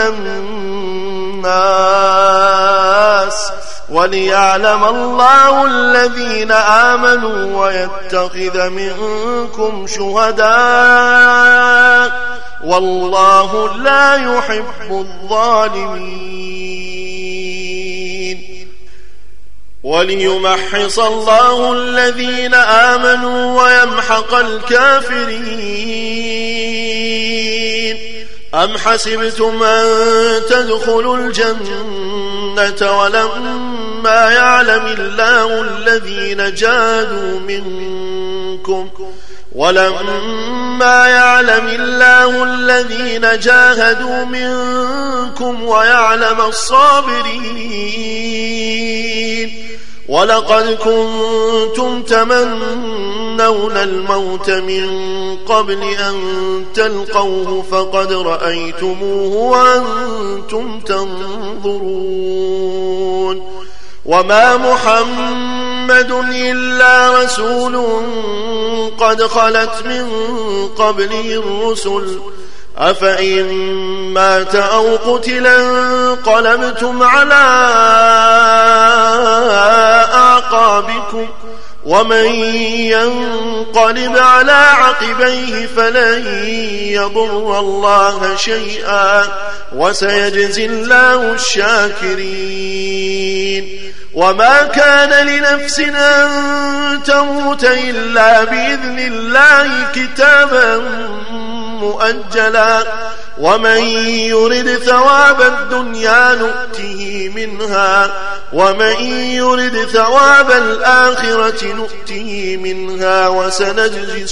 الناس وليعلم الله الذين آمنوا ويتخذ منكم شهداء والله لا يحب الظالمين وليمحص الله الذين آمنوا ويمحق الكافرين أم حسبتم أن تدخلوا الجنة ولما يعلم الله الذين جاهدوا منكم ويعلم الصابرين ولقد كنتم تمنون الموت من قبل أن تلقوه فقد رأيتموه وأنتم تنظرون وما محمد إلا رسول قد خلت من قبله الرسل أفإن مات أو قتلا انقلبتم على أعقابكم ومن ينقلب على عقبيه فلن يضر الله شيئا وسيجزي الله الشاكرين وما كان لنفس أن تموت إلا بإذن الله كتابا مؤجلا ومن يرد ثواب الدنيا نؤته منها ومن يرد ثواب الآخرة نؤته منها وسنجزي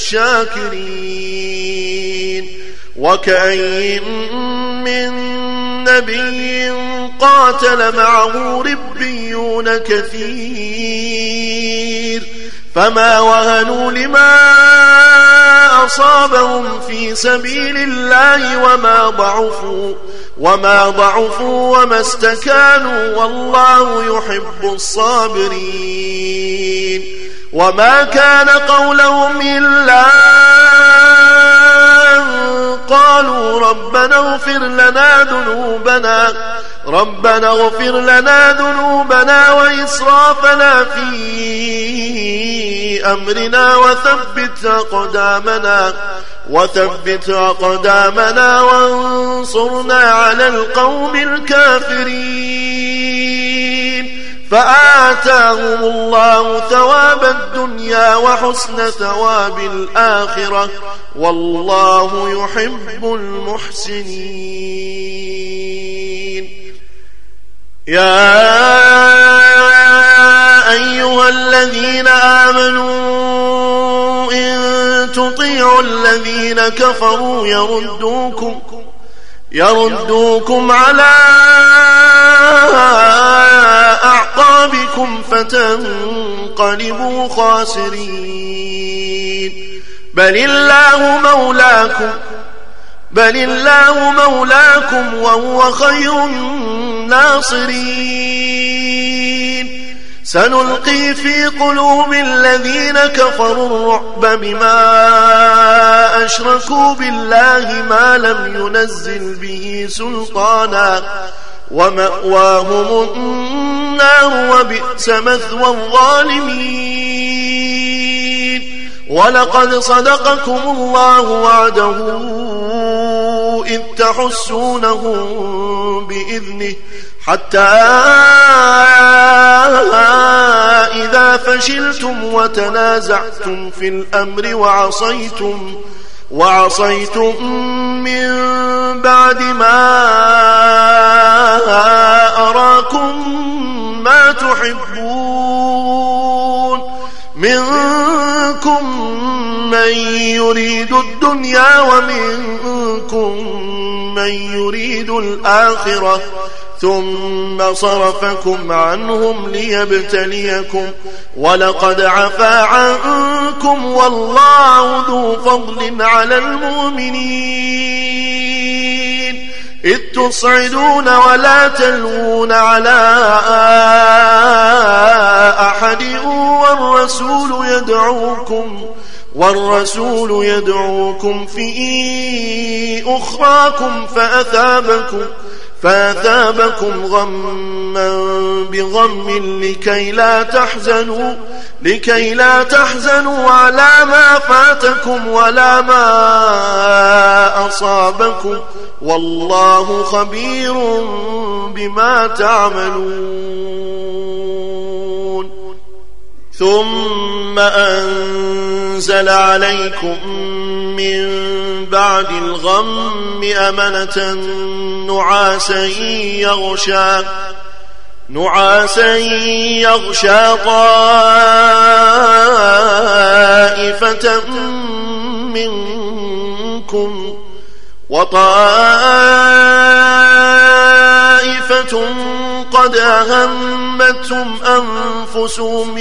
الشاكرين وكأين من نبي قاتل معه ربيون كثير فما وهنوا لما أصابهم في سبيل الله وما ضعفوا وما استكانوا والله يحب الصابرين وما كان قولهم إلا قالوا ربنا اغفر لنا ذنوبنا وإسرافنا في أمرنا وثبت أقدامنا وانصرنا على القوم الكافرين فآتاهم الله ثواب الدنيا وحسن ثواب الآخرة والله يحب المحسنين يا أيها الذين آمنوا إن تطيعوا الذين كفروا يردوكم على أعقابكم فتنقلبوا خاسرين بل الله مولاكم وهو خير الناصرين سنلقي في قلوب الذين كفروا الرعب بما أشركوا بالله ما لم ينزل به سلطانا ومأواهم النار وبئس مثوى الظالمين ولقد صدقكم الله وعده إذ تحسونهم بإذنه حتى إذا فشلتم وتنازعتم في الأمر وعصيتم من بعد ما أراكم ما تحبون منكم من يريد الدنيا ومنكم من يريد الآخرة ثم صرفكم عنهم ليبتليكم ولقد عفا عنكم والله ذو فضل على المؤمنين إذ تصعدون ولا تلوون على أحد والرسول يدعوكم في أخراكم فأثابكم غما بغم لكي لا تحزنوا على ما فاتكم ولا ما أصابكم والله خبير بما تعملون ثم أنزل عليكم من بعد الغم أمنة نعاسا يغشى طائفة منكم وطائفة قد أهمتهم أنفسهم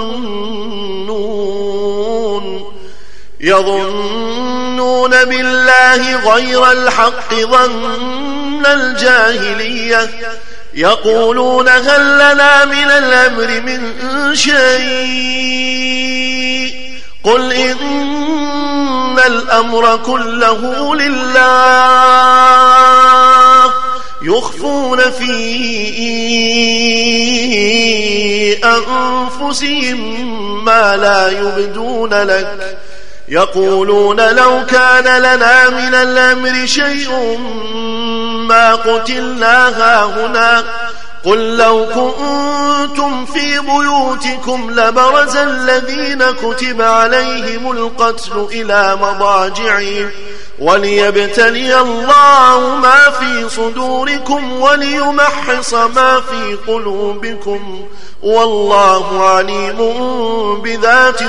يظنون بالله غير الحق ظن الجاهلية يقولون هل لنا من الأمر من شيء قل إن الأمر كله لله يخفون في أنفسهم ما لا يبدون لك يقولون لو كان لنا من الأمر شيء ما قتلنا هاهنا قل لو كنتم في بيوتكم لبرز الذين كتب عليهم القتل إلى مضاجعهم وليبتلي الله ما في صدوركم وليمحص ما في قلوبكم والله عليم بذات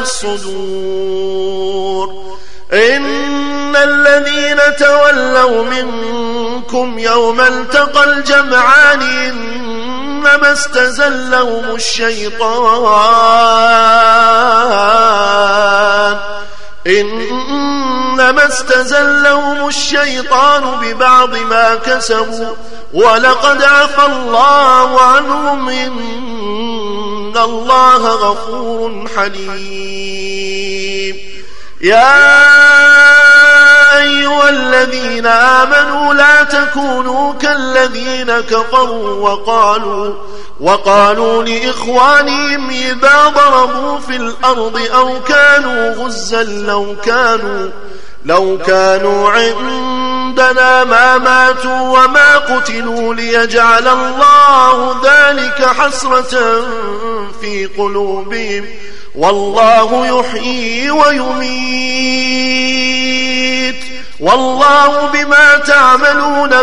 الصدور إن الذين تولوا منكم يوم التقى الجمعان إنما استزلهم الشيطان ببعض ما كسبوا ولقد عفى الله عنهم إن الله غفور حليم يا أيها الذين آمنوا لا تكونوا كالذين كفروا وقالوا لإخوانهم إذا ضربوا في الأرض أو كانوا غزا لو كانوا عندنا ما ماتوا وما قتلوا ليجعل الله ذلك حسرة في قلوبهم والله يحيي ويميت والله بما تعملون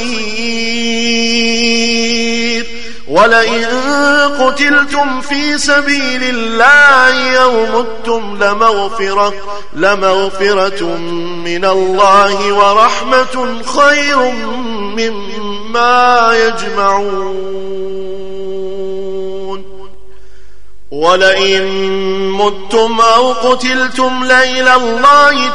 بصير ولئن قتلتم في سبيل الله أو متم لمغفرة من الله ورحمة خير مما يجمعون ولئن متم أو قتلتم لإلى الله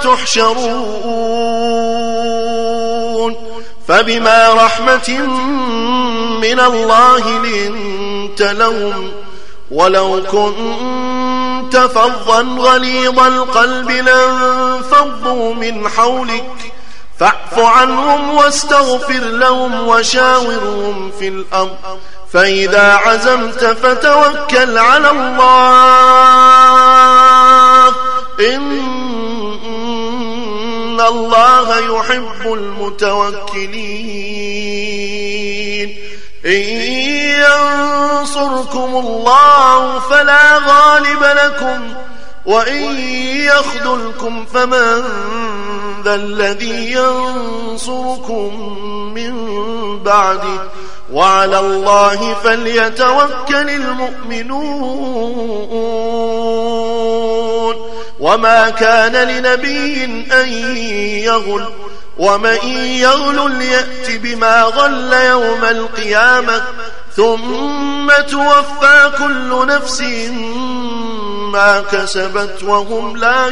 تحشرون فبما رحمة من الله لنت لهم ولو كنت فظا غليظ القلب لانفضوا من حولك فاعف عنهم واستغفر لهم وشاورهم في الأمر فإذا عزمت فتوكل على الله إن الله يحب المتوكلين إن ينصركم الله فلا غالب لكم وإن يخذلكم فمن ذا الذي ينصركم من بعده وعلى الله فليتوكل المؤمنون وما كان لنبي أن يغل ومن يغل يأت بما غل يوم القيامة ثم توفى كل نفس ما كسبت وهم لا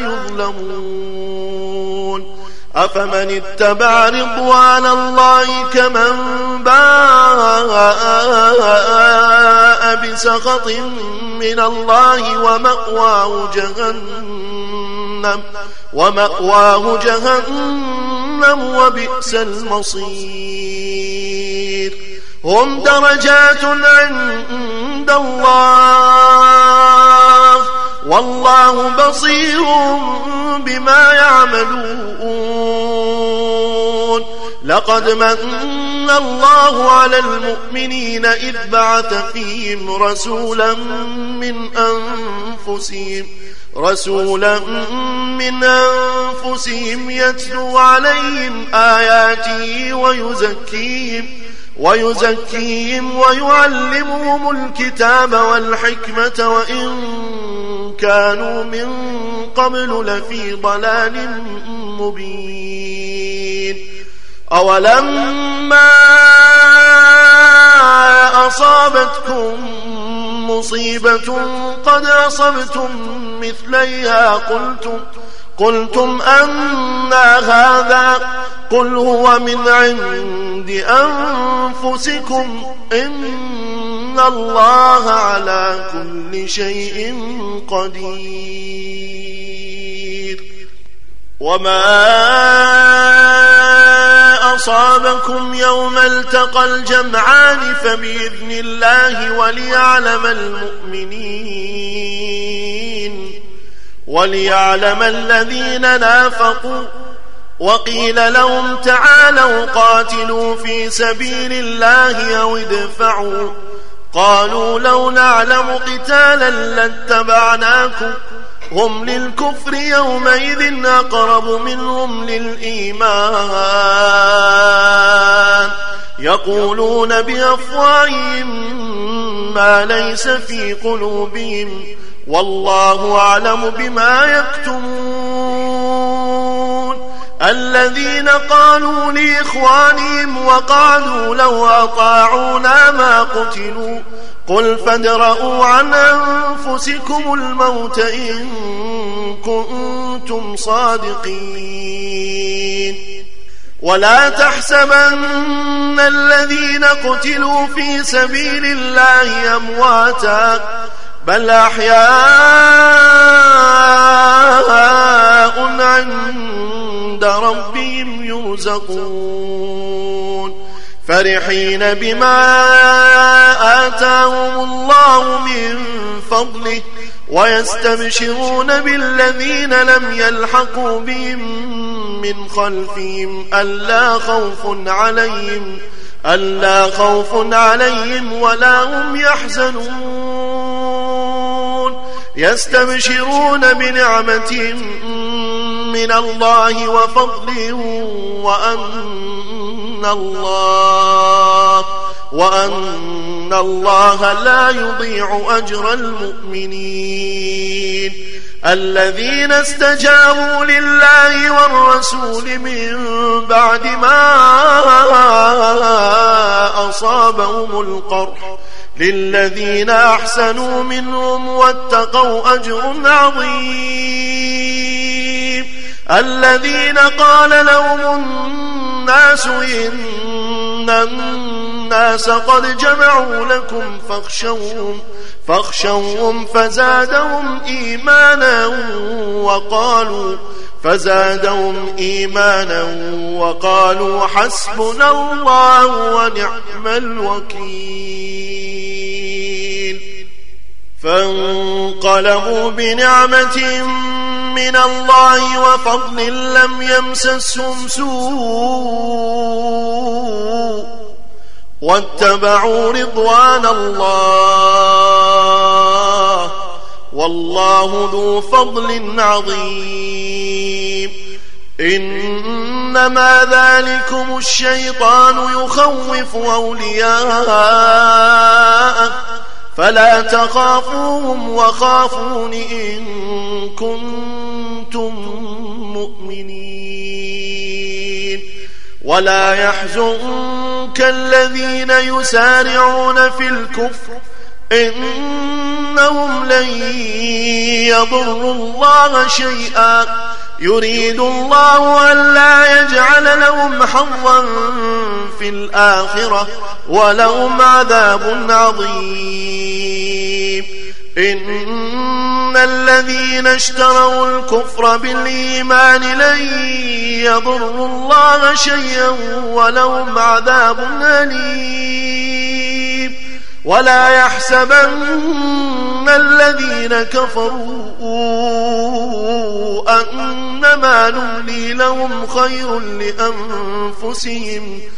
يظلمون أفمن اتبع رضوان الله كمن باء بسخط من الله ومأواه جهنم وبئس المصير هم درجات عند الله والله بصير بما يعملون لقد من الله على المؤمنين إذ بعث فيهم رسولا من أنفسهم يتلو عليهم آياته ويزكيهم ويعلمهم الكتاب والحكمة وإن كانوا من قبل لفي ضلال مبين أولما أصابتكم مصيبة قد أصبتم مثليها قلتم أنى هذا قل هو من عند أنفسكم إن الله على كل شيء قدير وما أصابكم يوم التقى الجمعان فبإذن الله وليعلم الذين نافقوا وقيل لهم تعالوا قاتلوا في سبيل الله أو ادفعوا قالوا لو نعلم قتالا لاتبعناكم هم للكفر يومئذ أقرب منهم للإيمان يقولون بأفواههم ما ليس في قلوبهم والله أعلم بما يكتمون الذين قالوا لإخوانهم وقعدوا لو أطاعونا ما قتلوا قل فادرءوا عن أنفسكم الموت إن كنتم صادقين ولا تحسبن الذين قتلوا في سبيل الله أمواتا بل أحياء عند ربهم يرزقون فرحين بما آتاهم الله من فضله ويستبشرون بالذين لم يلحقوا بهم من خلفهم ألا خوف عليهم ولا هم يحزنون يستبشرون بنعمة من الله وفضل وأن الله لا يضيع أجر المؤمنين الذين استجابوا لله والرسول من بعد ما أصابهم القرح للذين أحسنوا منهم واتقوا أجر عظيم الذين قال لهم الناس إن الناس قد جمعوا لكم فاخشوهم فزادهم إيمانا وقالوا حسبنا الله ونعم الوكيل فانقلبوا بنعمة من الله وفضل لم يمسسهم سوء واتبعوا رضوان الله والله ذو فضل عظيم إنما ذلكم الشيطان يخوف أولياءه فلا تخافوهم وخافون إن كنتم ولا يحزنك الذين يسارعون في الكفر إنهم لن يضروا الله شيئا يريد الله ألا يجعل لهم حظا في الآخرة ولهم عذاب عظيم إن الذين اشتروا الكفر بالإيمان لن يضروا الله شيئا ولهم عذاب أليم ولا يحسبن الذين كفروا أنما نملي لهم خير لأنفسهم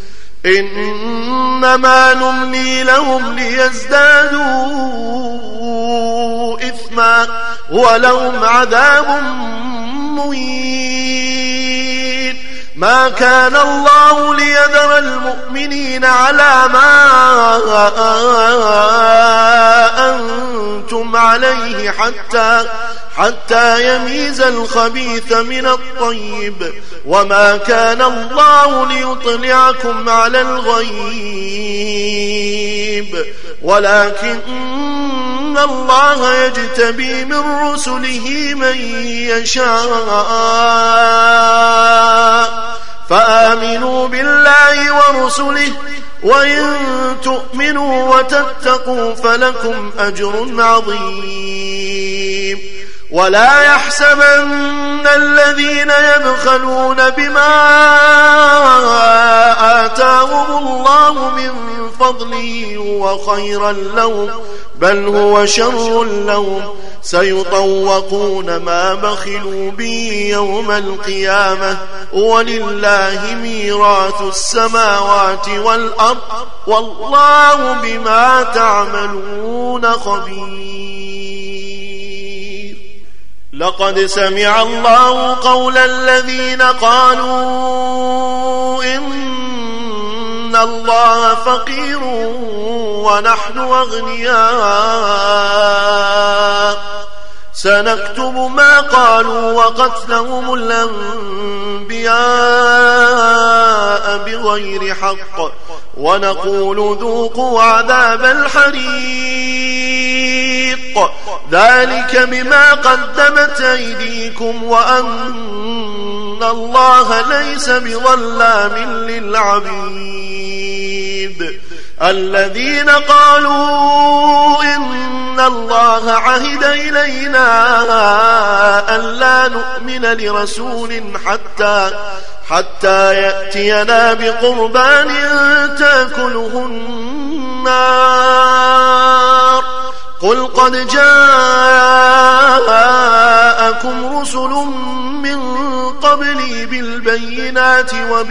إنما نملي لهم ليزدادوا إثما ولهم عذاب مهين ما كان الله ليذر المؤمنين على ما أنتم عليه حتى يميز الخبيث من الطيب وما كان الله ليطلعكم على الغيب ولكن الله يجتبي من رسله من يشاء فآمنوا بالله ورسله وإن تؤمنوا وتتقوا فلكم أجر عظيم ولا يحسبن الذين يبخلون بما آتاهم الله من فضله وخيرا لهم بل هو شر لهم سيطوقون ما بخلوا به يوم القيامة ولله ميراث السماوات والأرض والله بما تعملون خبير لقد سمع الله قول الذين قالوا إن الله فقير ونحن أغنياء سنكتب ما قالوا وقتلهم الأنبياء بغير حق ونقول ذوقوا عذاب الحريق ذلك بما قدمت أيديكم وأن الله ليس بظلام للعبيد الذين قالوا إن الله عهد إلينا ألا نؤمن لرسول حتى يأتينا بقربان تأكله النار قل قد جاءكم رسل من قبلي بالبينات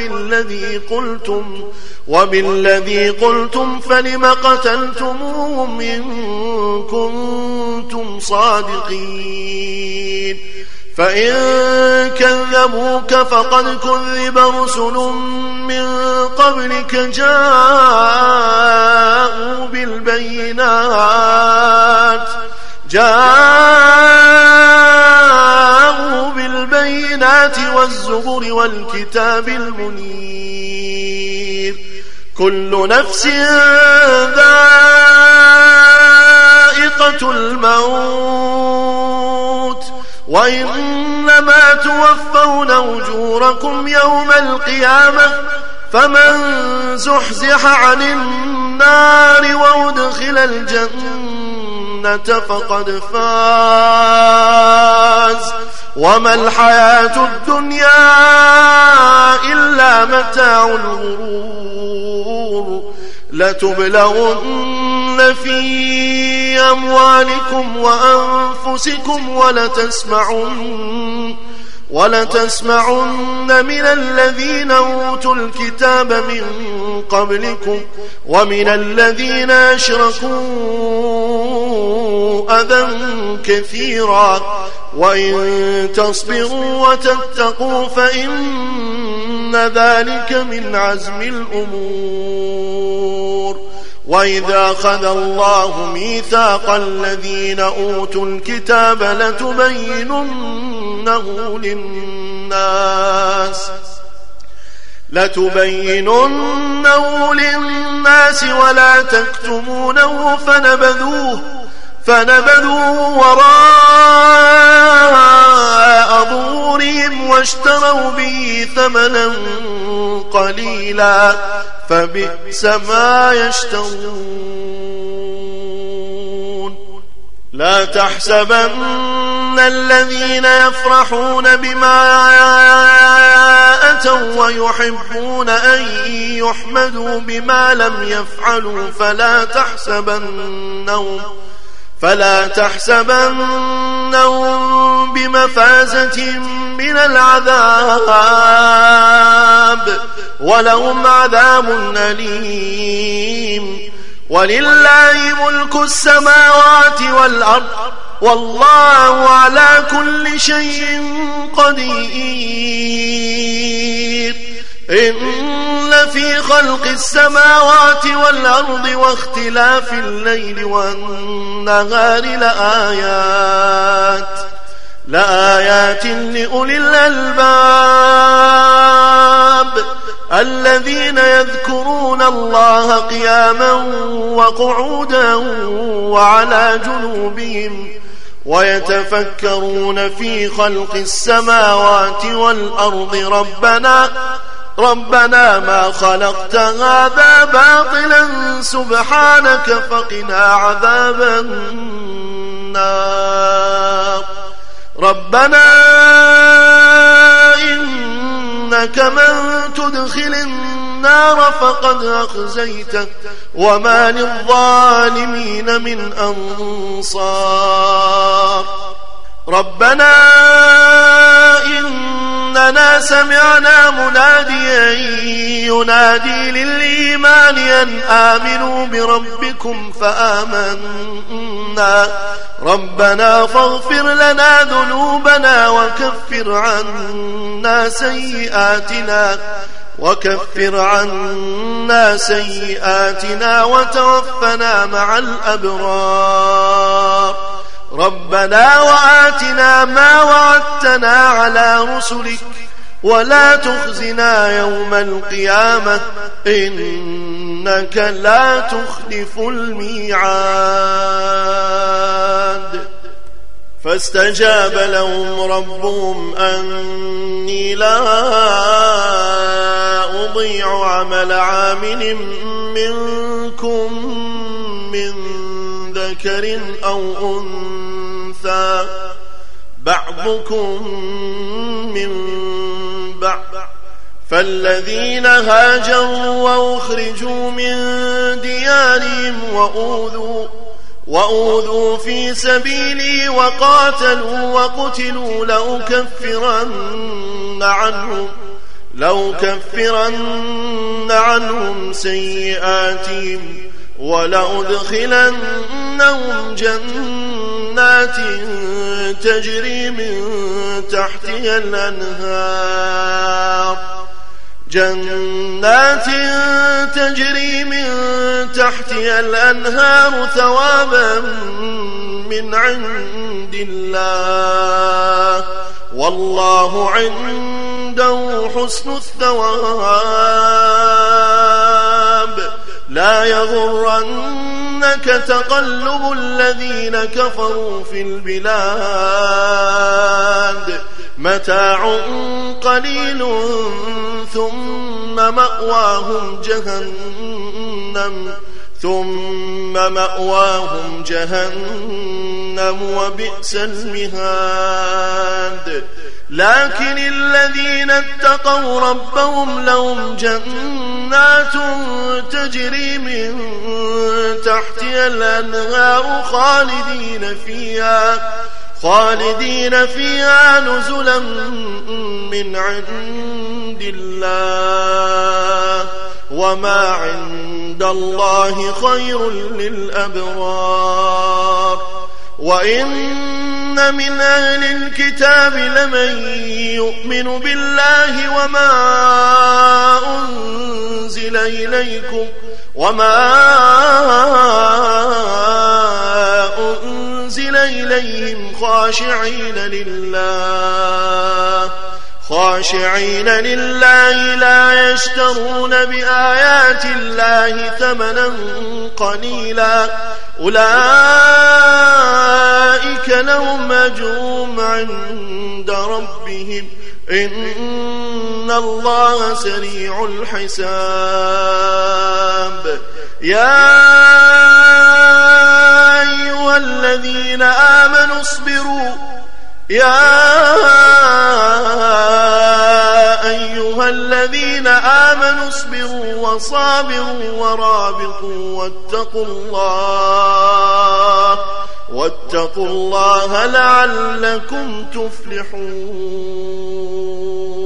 وبالذي قلتم فلم قتلتموهم إن كنتم صادقين فإن كذبوك فقد كذب رسل من قبلك جاءوا بالبينات والزبر والكتاب المنير كل نفس ذائقة الموت وإنما توفون أجوركم يوم القيامة فمن زحزح عن النار وأدخل الجنة فقد فاز وما الحياة الدنيا إلا متاع الغرور لتبلغن في أموالكم وأنفسكم ولتسمعن من الذين أوتوا الكتاب من قبلكم ومن الذين أشركوا أذى كثيرا وإن تصبروا وتتقوا فإن ذلك من عزم الأمور وإذا أخذ الله ميثاق الذين أوتوا الكتاب لتبيننه للناس ولا تكتمونه فنبذوه وراء ظهورهم واشتروا به ثمنا قليلا فبئس ما يشترون. لا تحسبن الذين يفرحون بما أتوا ويحبون أن يحمدوا بما لم يفعلوا فلا تحسبنهم بمفازة من العذاب ولهم عذاب أليم. ولله ملك السماوات والأرض والله على كل شيء قدير. إن في خلق السماوات والأرض واختلاف الليل والنهار لآيات لأولي الألباب الذين يذكرون الله قياما وقعودا وعلى جنوبهم ويتفكرون في خلق السماوات والأرض ربنا ما خلقت هذا باطلا سبحانك فقنا عذاب النار. ربنا إنك من تدخل النار فقد أخزيته وما للظالمين من أنصار. ربنا إننا سمعنا مناديا ينادي للإيمان أن آمنوا بربكم فآمنا. ربنا فاغفر لنا ذنوبنا وكفر عنا سيئاتنا وتوفنا مع الأبرار. ربنا وآتنا ما وعدتنا على رسلك ولا تخزنا يوم القيامة إنك لا تخلف الميعاد. فاستجاب لهم ربهم أني لا أضيع عمل عامل منكم من ذكر أو أنثى بعضكم من بعض. فالذين هاجروا وأخرجوا من ديارهم وأوذوا في سبيلي وقاتلوا وقتلوا لأكفرن عنهم سيئاتهم ولأدخلنهم جنات تجري من تحتها الأنهار ثوابا من عند الله والله عنده حسن الثواب. لا يغرنك تقلب الذين كفروا في البلاد متاع قليل ثم مأواهم جهنم وبئس المهاد. لكن الذين اتقوا ربهم لهم جنات تجري من تحتها الأنهار خالدين فيها نزلا من عند الله وما عند الله خير للأبرار. وإن من أهل الكتاب لمن يؤمن بالله وما أنزل إليكم وما أنزل إليهم خاشعين لله لا يشترون بآيات الله ثمنا قليلا أولئك لهم أجرهم عند ربهم إن الله سريع الحساب يا أيها الذين آمنوا اصبروا وصابروا ورابطوا واتقوا الله لعلكم تفلحون